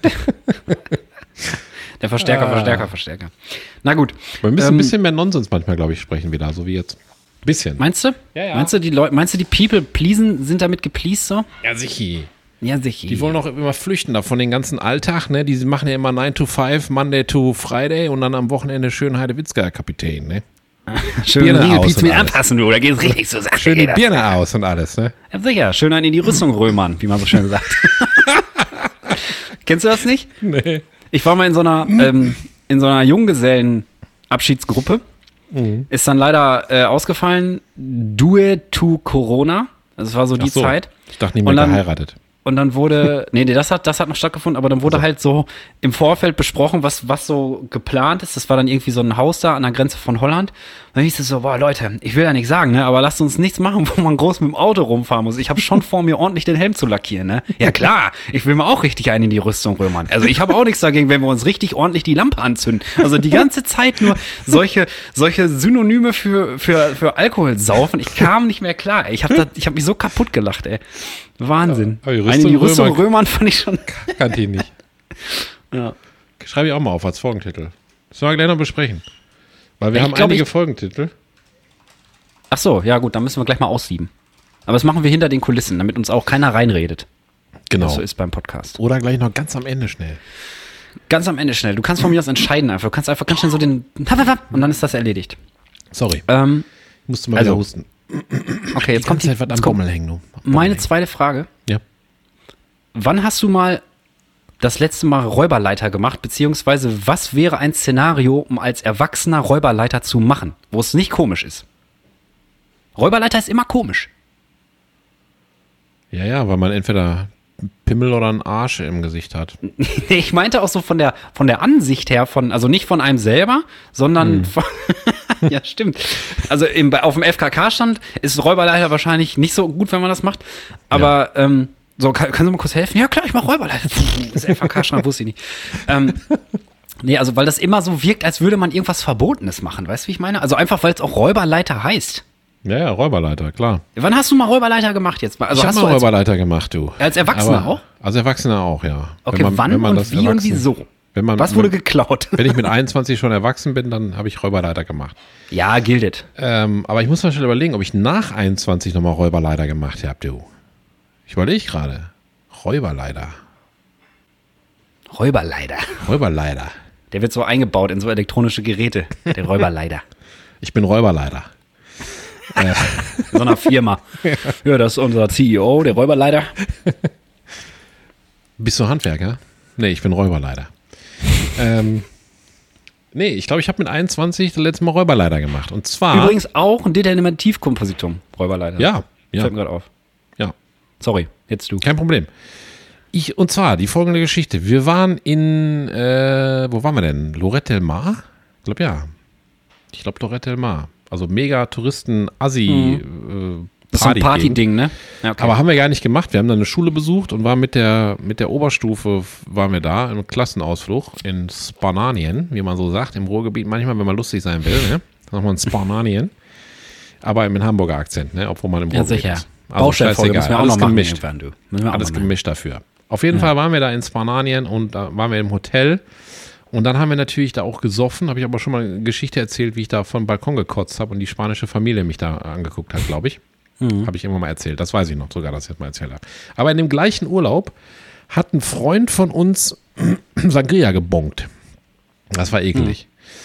Der Verstärker. Na gut. Wir müssen ein bisschen mehr Nonsens manchmal, glaube ich, sprechen wieder, so wie jetzt. Bisschen. Meinst du? Ja. Meinst du, die People pleasen, sind damit gepleased so? Ja, sicher. Ja, sicher. Die wollen auch immer flüchten da von den ganzen Alltag, ne? Die machen ja immer 9 to 5, Monday to Friday und dann am Wochenende schön Heidewitzka Kapitän, ne? Schön Riegelpizza mit anpassen, du, da geht's richtig zur Sache. Schön die Birne aus und alles, ne? Ja, sicher. Schön einen in die Rüstung römern, wie man so schön sagt. Kennst du das nicht? Nee. Ich war mal in so einer Junggesellenabschiedsgruppe. Ist dann leider ausgefallen. Due to Corona. Das war so die Zeit. Ich dachte nicht mehr geheiratet. Und dann wurde, das hat noch stattgefunden, aber dann wurde halt so im Vorfeld besprochen, was so geplant ist. Das war dann irgendwie so ein Haus da an der Grenze von Holland. Und dann hieß es so, boah Leute, ich will ja nichts sagen, ne, aber lasst uns nichts machen, wo man groß mit dem Auto rumfahren muss. Ich habe schon vor, mir ordentlich den Helm zu lackieren, ne. Ja klar, ich will mir auch richtig einen in die Rüstung römern. Also ich habe auch nichts dagegen, wenn wir uns richtig ordentlich die Lampe anzünden. Also die ganze Zeit nur solche Synonyme für Alkohol saufen. Ich kam nicht mehr klar, ey. Ich hab mich so kaputt gelacht, ey. Wahnsinn. Ja, die Rüstung Römern fand ich schon. Kannte ich nicht. Ja. Schreibe ich auch mal auf als Folgentitel. Das sollen wir gleich noch besprechen. Weil wir haben einige Folgentitel. Ach so, ja gut, dann müssen wir gleich mal aussieben. Aber das machen wir hinter den Kulissen, damit uns auch keiner reinredet. Genau. Was so ist beim Podcast. Oder gleich noch ganz am Ende schnell. Ganz am Ende schnell. Du kannst von mir aus entscheiden einfach. Du kannst einfach ganz schnell so den und dann ist das erledigt. Sorry. Ich musste mal wieder husten. Okay, jetzt kommt meine zweite Frage. Ja. Wann hast du mal das letzte Mal Räuberleiter gemacht, beziehungsweise was wäre ein Szenario, um als erwachsener Räuberleiter zu machen, wo es nicht komisch ist? Räuberleiter ist immer komisch. Ja, weil man entweder Pimmel oder einen Arsch im Gesicht hat. Ich meinte auch so von der Ansicht her, also nicht von einem selber, sondern von ja, stimmt. Also auf dem FKK-Stand ist Räuberleiter wahrscheinlich nicht so gut, wenn man das macht. Aber so, können Sie mal kurz helfen? Ja klar, ich mache Räuberleiter. Das FKK-Stand wusste ich nicht. Also weil das immer so wirkt, als würde man irgendwas Verbotenes machen. Weißt du, wie ich meine? Also einfach, weil es auch Räuberleiter heißt. Ja, Räuberleiter, klar. Wann hast du mal Räuberleiter gemacht jetzt? Also ich habe mal Räuberleiter gemacht, du. Als Erwachsener auch? Als Erwachsener auch, ja. Okay, wann und wie und wieso? Was wurde geklaut? Wenn ich mit 21 schon erwachsen bin, dann habe ich Räuberleiter gemacht. Ja, gilt it. Aber ich muss mal schnell überlegen, ob ich nach 21 nochmal Räuberleiter gemacht habe, du. Ich überlege gerade. Räuberleiter. Der wird so eingebaut in so elektronische Geräte. Der Räuberleiter. Ich bin Räuberleiter. In so einer Firma. Ja, das ist unser CEO, der Räuberleiter. Bist du Handwerker? Nee, ich bin Räuberleiter. Nee, ich glaube, ich habe mit 21 das letzte Mal Räuberleiter gemacht. Und zwar. Übrigens auch ein Determinativkompositum, Räuberleiter. Ja. Fällt mir gerade auf. Ja. Sorry, jetzt du. Kein Problem. Und zwar die folgende Geschichte. Wir waren wo waren wir denn? Lorette del Mar? Ich glaube, ja. Lorette del Mar. Also mega Touristen-Assi Das ist so ein Party-Ding, ne? Ja, okay. Aber haben wir gar nicht gemacht. Wir haben dann eine Schule besucht und waren mit der Oberstufe waren wir da im Klassenausflug in Spanien, wie man so sagt, im Ruhrgebiet manchmal, wenn man lustig sein will, ne? Sagt man Spanien. Aber im Hamburger Akzent, ne? Obwohl man im Ruhrgebiet sicher. ist. Also Baustellfolge müssen wir auch noch gemischt. machen. Alles gemischt dafür. Auf jeden Fall waren wir da in Spanien und da waren wir im Hotel Und dann haben wir natürlich da auch gesoffen, habe ich aber schon mal eine Geschichte erzählt, wie ich da vom Balkon gekotzt habe und die spanische Familie mich da angeguckt hat, glaube ich. Habe ich irgendwann mal erzählt, das weiß ich noch sogar, dass ich das mal erzählt habe. Aber in dem gleichen Urlaub hat ein Freund von uns Sangria gebongt. Das war eklig.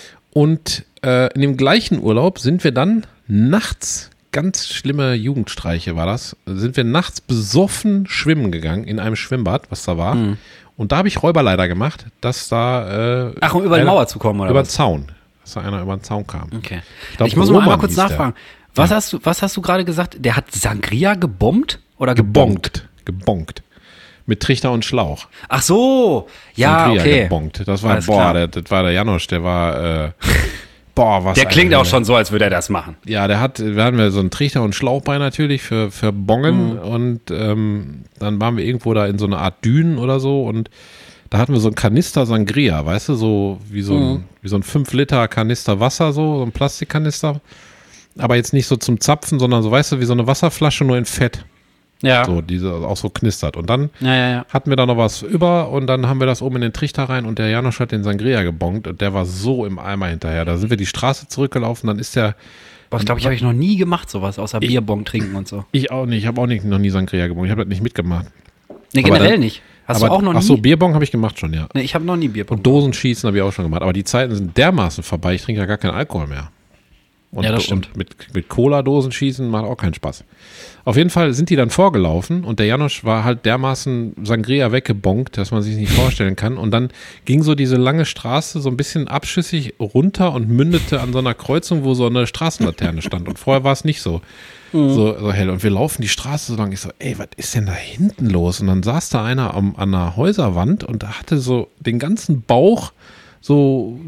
Und in dem gleichen Urlaub sind wir dann nachts, ganz schlimme Jugendstreiche war das, sind wir nachts besoffen schwimmen gegangen in einem Schwimmbad, was da war. Und da habe ich Räuberleiter gemacht, dass da um über die Mauer zu kommen, oder über was? den Zaun. Dass da einer über den Zaun kam. Okay. glaub, Ich muss mal Roman einmal kurz hieß der. nachfragen. Was hast du gerade gesagt? Der hat Sangria gebombt oder gebongt? Gebongt. Mit Trichter und Schlauch. Ach so, ja, Sangria okay. gebongt. Das war, Alles klar. das war der Janosch, der war, was. Der klingt auch schon so, als würde er das machen. Ja, wir hatten so einen Trichter und Schlauch bei natürlich für Bongen und dann waren wir irgendwo da in so einer Art Dünen oder so und da hatten wir so einen Kanister Sangria, weißt du, so wie so ein 5 Liter Kanister Wasser, so ein Plastikkanister. Aber jetzt nicht so zum Zapfen, sondern so, weißt du, wie so eine Wasserflasche, nur in Fett. Ja. So, die auch so knistert. Und dann Ja. hatten wir da noch was über und dann haben wir das oben in den Trichter rein und der Janosch hat den Sangria gebongt und der war so im Eimer hinterher. Da sind wir die Straße zurückgelaufen, dann ist der. Boah, ich glaube, habe ich noch nie gemacht, sowas, außer Bierbong trinken und so. Ich auch nicht, ich habe auch noch nie Sangria gebongt. Ich habe das nicht mitgemacht. Nee, Aber generell dann- nicht. Hast du auch noch nie? Achso, Bierbong habe ich gemacht schon, ja. Nee, ich habe noch nie Bierbong. Und Dosenschießen habe ich auch schon gemacht. Aber die Zeiten sind dermaßen vorbei, ich trinke ja gar keinen Alkohol mehr. Und, Ja, das stimmt. Und mit Cola-Dosen schießen macht auch keinen Spaß. Auf jeden Fall sind die dann vorgelaufen und der Janosch war halt dermaßen Sangria weggebonkt, dass man sich nicht vorstellen kann. Und dann ging so diese lange Straße so ein bisschen abschüssig runter und mündete an so einer Kreuzung, wo so eine Straßenlaterne stand. Und vorher war es nicht so. So hell. Und wir laufen die Straße so lang. Ich so, ey, was ist denn da hinten los? Und dann saß da einer an einer Häuserwand und da hatte so den ganzen Bauch so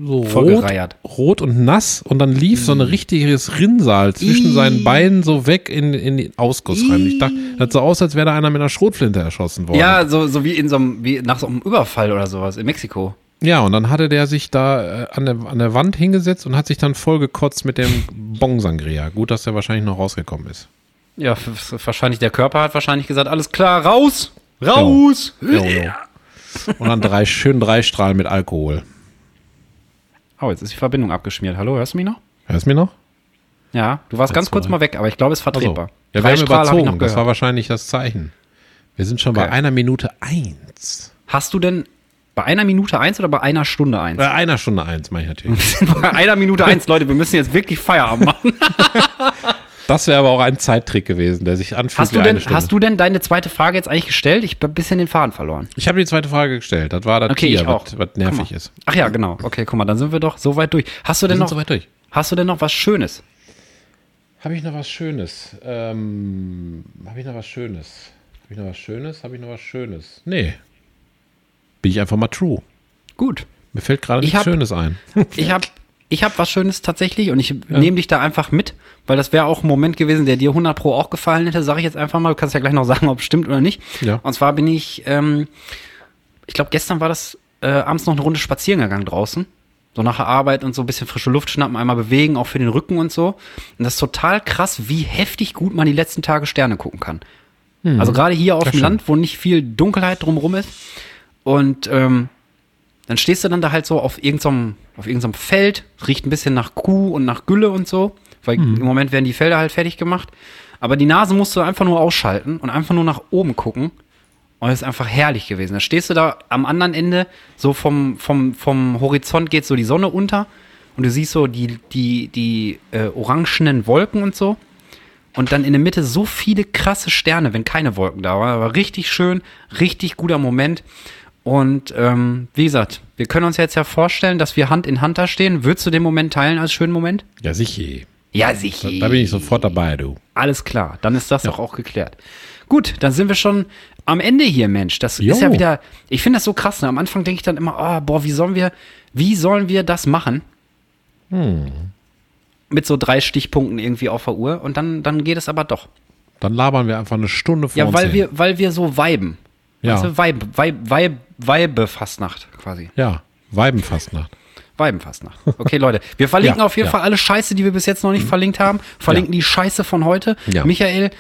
rot und nass und dann lief so ein richtiges Rinnsal zwischen seinen Beinen so weg in den Ausguss rein. Ich dachte, das sah aus, als wäre da einer mit einer Schrotflinte erschossen worden. Ja, so wie wie nach so einem Überfall oder sowas in Mexiko. Ja, und dann hatte der sich da an der Wand hingesetzt und hat sich dann vollgekotzt mit dem Bong-Sangria. Gut, dass der wahrscheinlich noch rausgekommen ist. Ja, wahrscheinlich der Körper hat wahrscheinlich gesagt, alles klar, raus! Raus! Jo. Und dann drei Strahlen mit Alkohol. Oh, jetzt ist die Verbindung abgeschmiert. Hallo, hörst du mich noch? Hörst du mich noch? Ja, du warst ganz kurz mal weg, aber ich glaube, es ist vertretbar. Ja, wir haben überzogen. Das war wahrscheinlich das Zeichen. Wir sind schon bei 1 Minute 1. Hast du denn bei 1 Minute 1 oder bei 1 Stunde 1? Bei 1 Stunde 1, meine ich natürlich. Bei 1 Minute 1, Leute, wir müssen jetzt wirklich Feierabend machen. Das wäre aber auch ein Zeittrick gewesen, der sich anfühlt wie eine Stunde. Hast du denn deine zweite Frage jetzt eigentlich gestellt? Ich habe ein bisschen den Faden verloren. Ich habe die zweite Frage gestellt. Das war das Tier, was nervig ist. Ach ja, genau. Okay, guck mal, dann sind wir doch so weit durch. Hast du denn noch was Schönes? Habe ich noch was Schönes? Nee. Bin ich einfach mal true. Gut. Mir fällt gerade nichts Schönes ein. Ich hab was Schönes tatsächlich und ich nehme dich da einfach mit, weil das wäre auch ein Moment gewesen, der dir 100 Pro auch gefallen hätte, sage ich jetzt einfach mal. Du kannst ja gleich noch sagen, ob es stimmt oder nicht. Ja. Und zwar bin ich glaube, gestern war das abends noch eine Runde spazieren gegangen draußen. So nach der Arbeit und so ein bisschen frische Luft schnappen, einmal bewegen, auch für den Rücken und so. Und das ist total krass, wie heftig gut man die letzten Tage Sterne gucken kann. Also gerade hier auf dem Land, wo nicht viel Dunkelheit drumherum ist. Und dann stehst du dann da halt so auf irgendeinem Feld, riecht ein bisschen nach Kuh und nach Gülle und so, weil im Moment werden die Felder halt fertig gemacht. Aber die Nase musst du einfach nur ausschalten und einfach nur nach oben gucken. Und es ist einfach herrlich gewesen. Da stehst du da am anderen Ende, so vom Horizont geht so die Sonne unter und du siehst so die orangenen Wolken und so. Und dann in der Mitte so viele krasse Sterne, wenn keine Wolken da waren. Aber richtig schön, richtig guter Moment. Und wie gesagt, wir können uns jetzt ja vorstellen, dass wir Hand in Hand da stehen. Würdest du den Moment teilen als schönen Moment? Ja, sicher. Ja, sicher. Da bin ich sofort dabei, du. Alles klar, dann ist das doch auch geklärt. Gut, dann sind wir schon am Ende hier, Mensch. Das ist ja wieder, ich finde das so krass. Ne? Am Anfang denke ich dann immer, wie sollen wir das machen? Mit so 3 Stichpunkten irgendwie auf der Uhr. Und dann geht es aber doch. Dann labern wir einfach eine Stunde vor uns hin. Weil wir so viben. Ja. Weißt du, Weibefastnacht quasi. Ja, Weibenfastnacht. Weibenfastnacht. Okay, Leute, wir verlinken auf jeden Fall alle Scheiße, die wir bis jetzt noch nicht verlinkt haben. Verlinken die Scheiße von heute. Ja. Michael,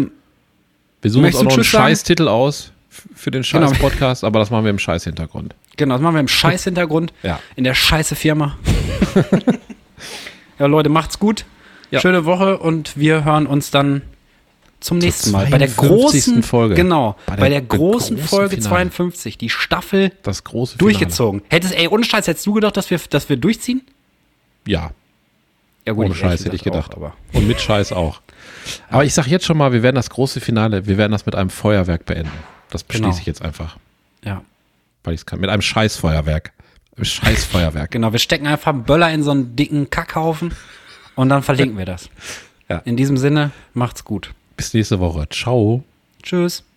wir suchen uns auch noch einen Scheißtitel aus für den Scheiß-Podcast, aber das machen wir im Scheiß-Hintergrund. Genau, das machen wir im Scheiß-Hintergrund. Ja. In der scheiße Firma. Ja, Leute, macht's gut. Ja. Schöne Woche und wir hören uns dann zum nächsten Mal. Bei der 52. großen Folge. Genau, bei der großen großen Folge Finale. 52. Die Staffel Das große Finale. durchgezogen. Ohne Scheiß, hättest du gedacht, dass wir durchziehen? Ja, Ja, gut, ohne Scheiß hätte ich gedacht. Auch, aber Und mit Scheiß auch. Aber ich sag jetzt schon mal, wir werden das große Finale, wir werden das mit einem Feuerwerk beenden. Das beschließe Genau. ich jetzt einfach, ja. weil ich es kann. Mit einem Scheißfeuerwerk. Scheißfeuerwerk. Genau, wir stecken einfach einen Böller in so einen dicken Kackhaufen und dann verlinken wir das. Ja. In diesem Sinne, macht's gut. Bis nächste Woche. Ciao. Tschüss.